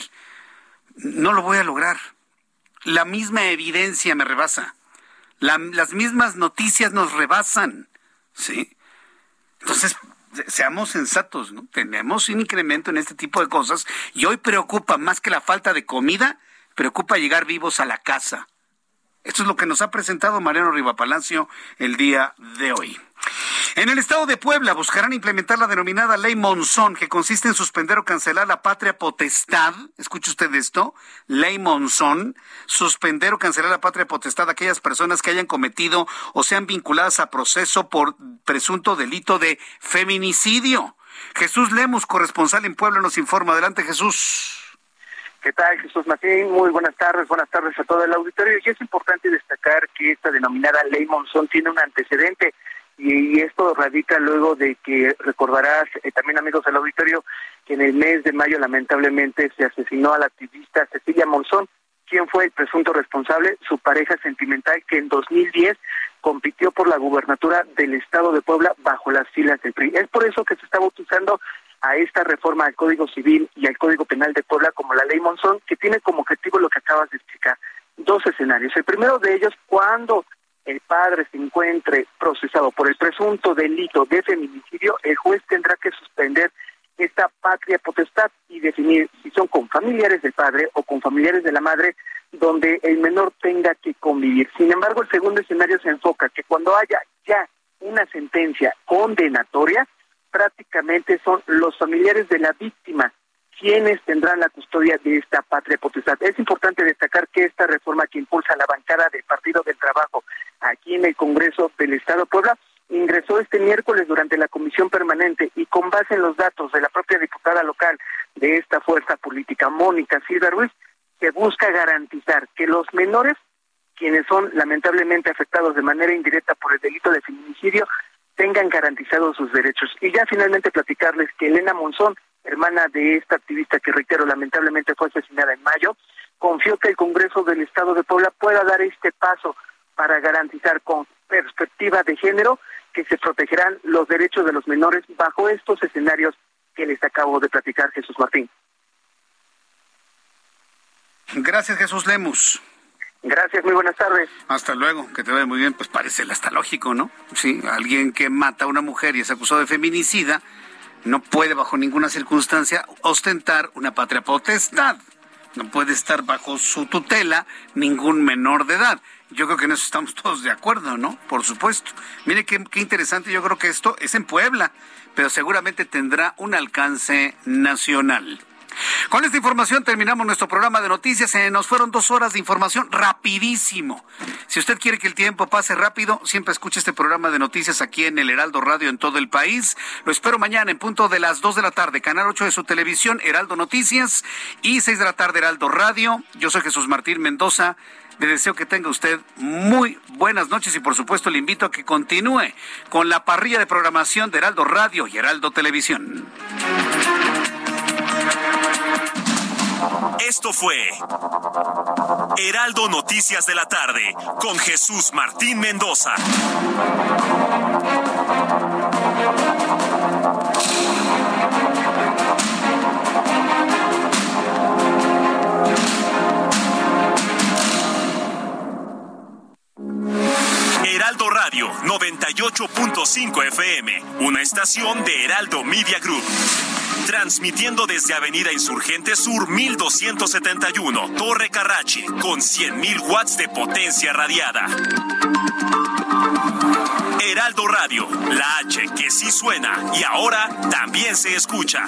S3: No lo voy a lograr. La misma evidencia me rebasa. La, las mismas noticias nos rebasan. Sí. Entonces, seamos sensatos, ¿no? Tenemos un incremento en este tipo de cosas y hoy preocupa más que la falta de comida, preocupa llegar vivos a la casa. Esto es lo que nos ha presentado Mariano Rivapalacio el día de hoy. En el estado de Puebla buscarán implementar la denominada Ley Monzón, que consiste en suspender o cancelar la patria potestad. ¿Escucha usted esto? Ley Monzón, suspender o cancelar la patria potestad a aquellas personas que hayan cometido o sean vinculadas a proceso por presunto delito de feminicidio. Jesús Lemus, corresponsal en Puebla, nos informa. Adelante, Jesús.
S5: ¿Qué tal, Jesús Martín? Muy buenas tardes, buenas tardes a todo el auditorio. Y es importante destacar que esta denominada Ley Monzón tiene un antecedente, y esto radica luego de que, recordarás, eh, también amigos del auditorio, que en el mes de mayo lamentablemente se asesinó a la activista Cecilia Monzón. ¿Quién fue el presunto responsable? Su pareja sentimental, que en dos mil diez compitió por la gubernatura del estado de Puebla bajo las filas del P R I. Es por eso que se está bautizando a esta reforma al Código Civil y al Código Penal de Puebla como la Ley Monzón, que tiene como objetivo lo que acabas de explicar, dos escenarios. El primero de ellos, cuando el padre se encuentre procesado por el presunto delito de feminicidio, el juez tendrá que suspender esta patria potestad y definir si son con familiares del padre o con familiares de la madre, donde el menor tenga que convivir. Sin embargo, el segundo escenario se enfoca que cuando haya ya una sentencia condenatoria, prácticamente son los familiares de la víctima quienes tendrán la custodia de esta patria potestad. Es importante destacar que esta reforma que impulsa la bancada del Partido del Trabajo aquí en el Congreso del Estado de Puebla ingresó este miércoles durante la comisión permanente, y con base en los datos de la propia diputada local de esta fuerza política, Mónica Silva Ruiz, se busca garantizar que los menores, quienes son lamentablemente afectados de manera indirecta por el delito de feminicidio, tengan garantizados sus derechos. Y ya finalmente platicarles que Elena Monzón, hermana de esta activista que, reitero, lamentablemente fue asesinada en mayo, confió que el Congreso del Estado de Puebla pueda dar este paso para garantizar con perspectiva de género que se protegerán los derechos de los menores bajo estos escenarios que les acabo de platicar, Jesús Martín.
S3: Gracias, Jesús Lemus.
S5: Gracias, muy buenas tardes.
S3: Hasta luego, que te vaya muy bien. Pues parece hasta lógico, ¿no? Sí, alguien que mata a una mujer y es acusado de feminicida no puede bajo ninguna circunstancia ostentar una patria potestad. No puede estar bajo su tutela ningún menor de edad. Yo creo que en eso estamos todos de acuerdo, ¿no? Por supuesto. Mire qué, qué interesante, yo creo que esto es en Puebla, pero seguramente tendrá un alcance nacional. Con esta información terminamos nuestro programa de noticias. Se nos fueron dos horas de información rapidísimo. Si usted quiere que el tiempo pase rápido, siempre escuche este programa de noticias aquí en el Heraldo Radio en todo el país. Lo espero mañana en punto de las dos de la tarde, Canal ocho de su televisión, Heraldo Noticias, y seis de la tarde, Heraldo Radio. Yo soy Jesús Martín Mendoza. Le deseo que tenga usted muy buenas noches y por supuesto le invito a que continúe con la parrilla de programación de Heraldo Radio y Heraldo Televisión.
S2: Esto fue Heraldo Noticias de la tarde con Jesús Martín Mendoza. Heraldo Radio noventa y ocho punto cinco F M, una estación de Heraldo Media Group. Transmitiendo desde Avenida Insurgente Sur mil doscientos setenta y uno, Torre Carrachi, con cien mil watts de potencia radiada. Heraldo Radio, la H que sí suena y ahora también se escucha.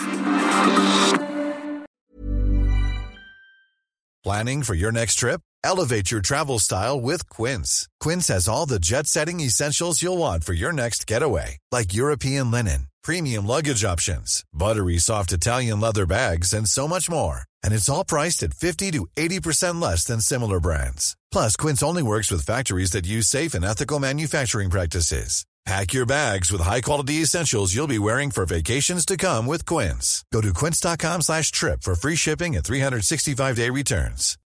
S4: Planning for your next trip? Elevate your travel style with Quince. Quince has all the jet-setting essentials you'll want for your next getaway, like European linen, premium luggage options, buttery soft Italian leather bags, and so much more. And it's all priced at fifty to eighty percent less than similar brands. Plus, Quince only works with factories that use safe and ethical manufacturing practices. Pack your bags with high-quality essentials you'll be wearing for vacations to come with Quince. Go to quince.com slash trip for free shipping and three sixty-five day returns.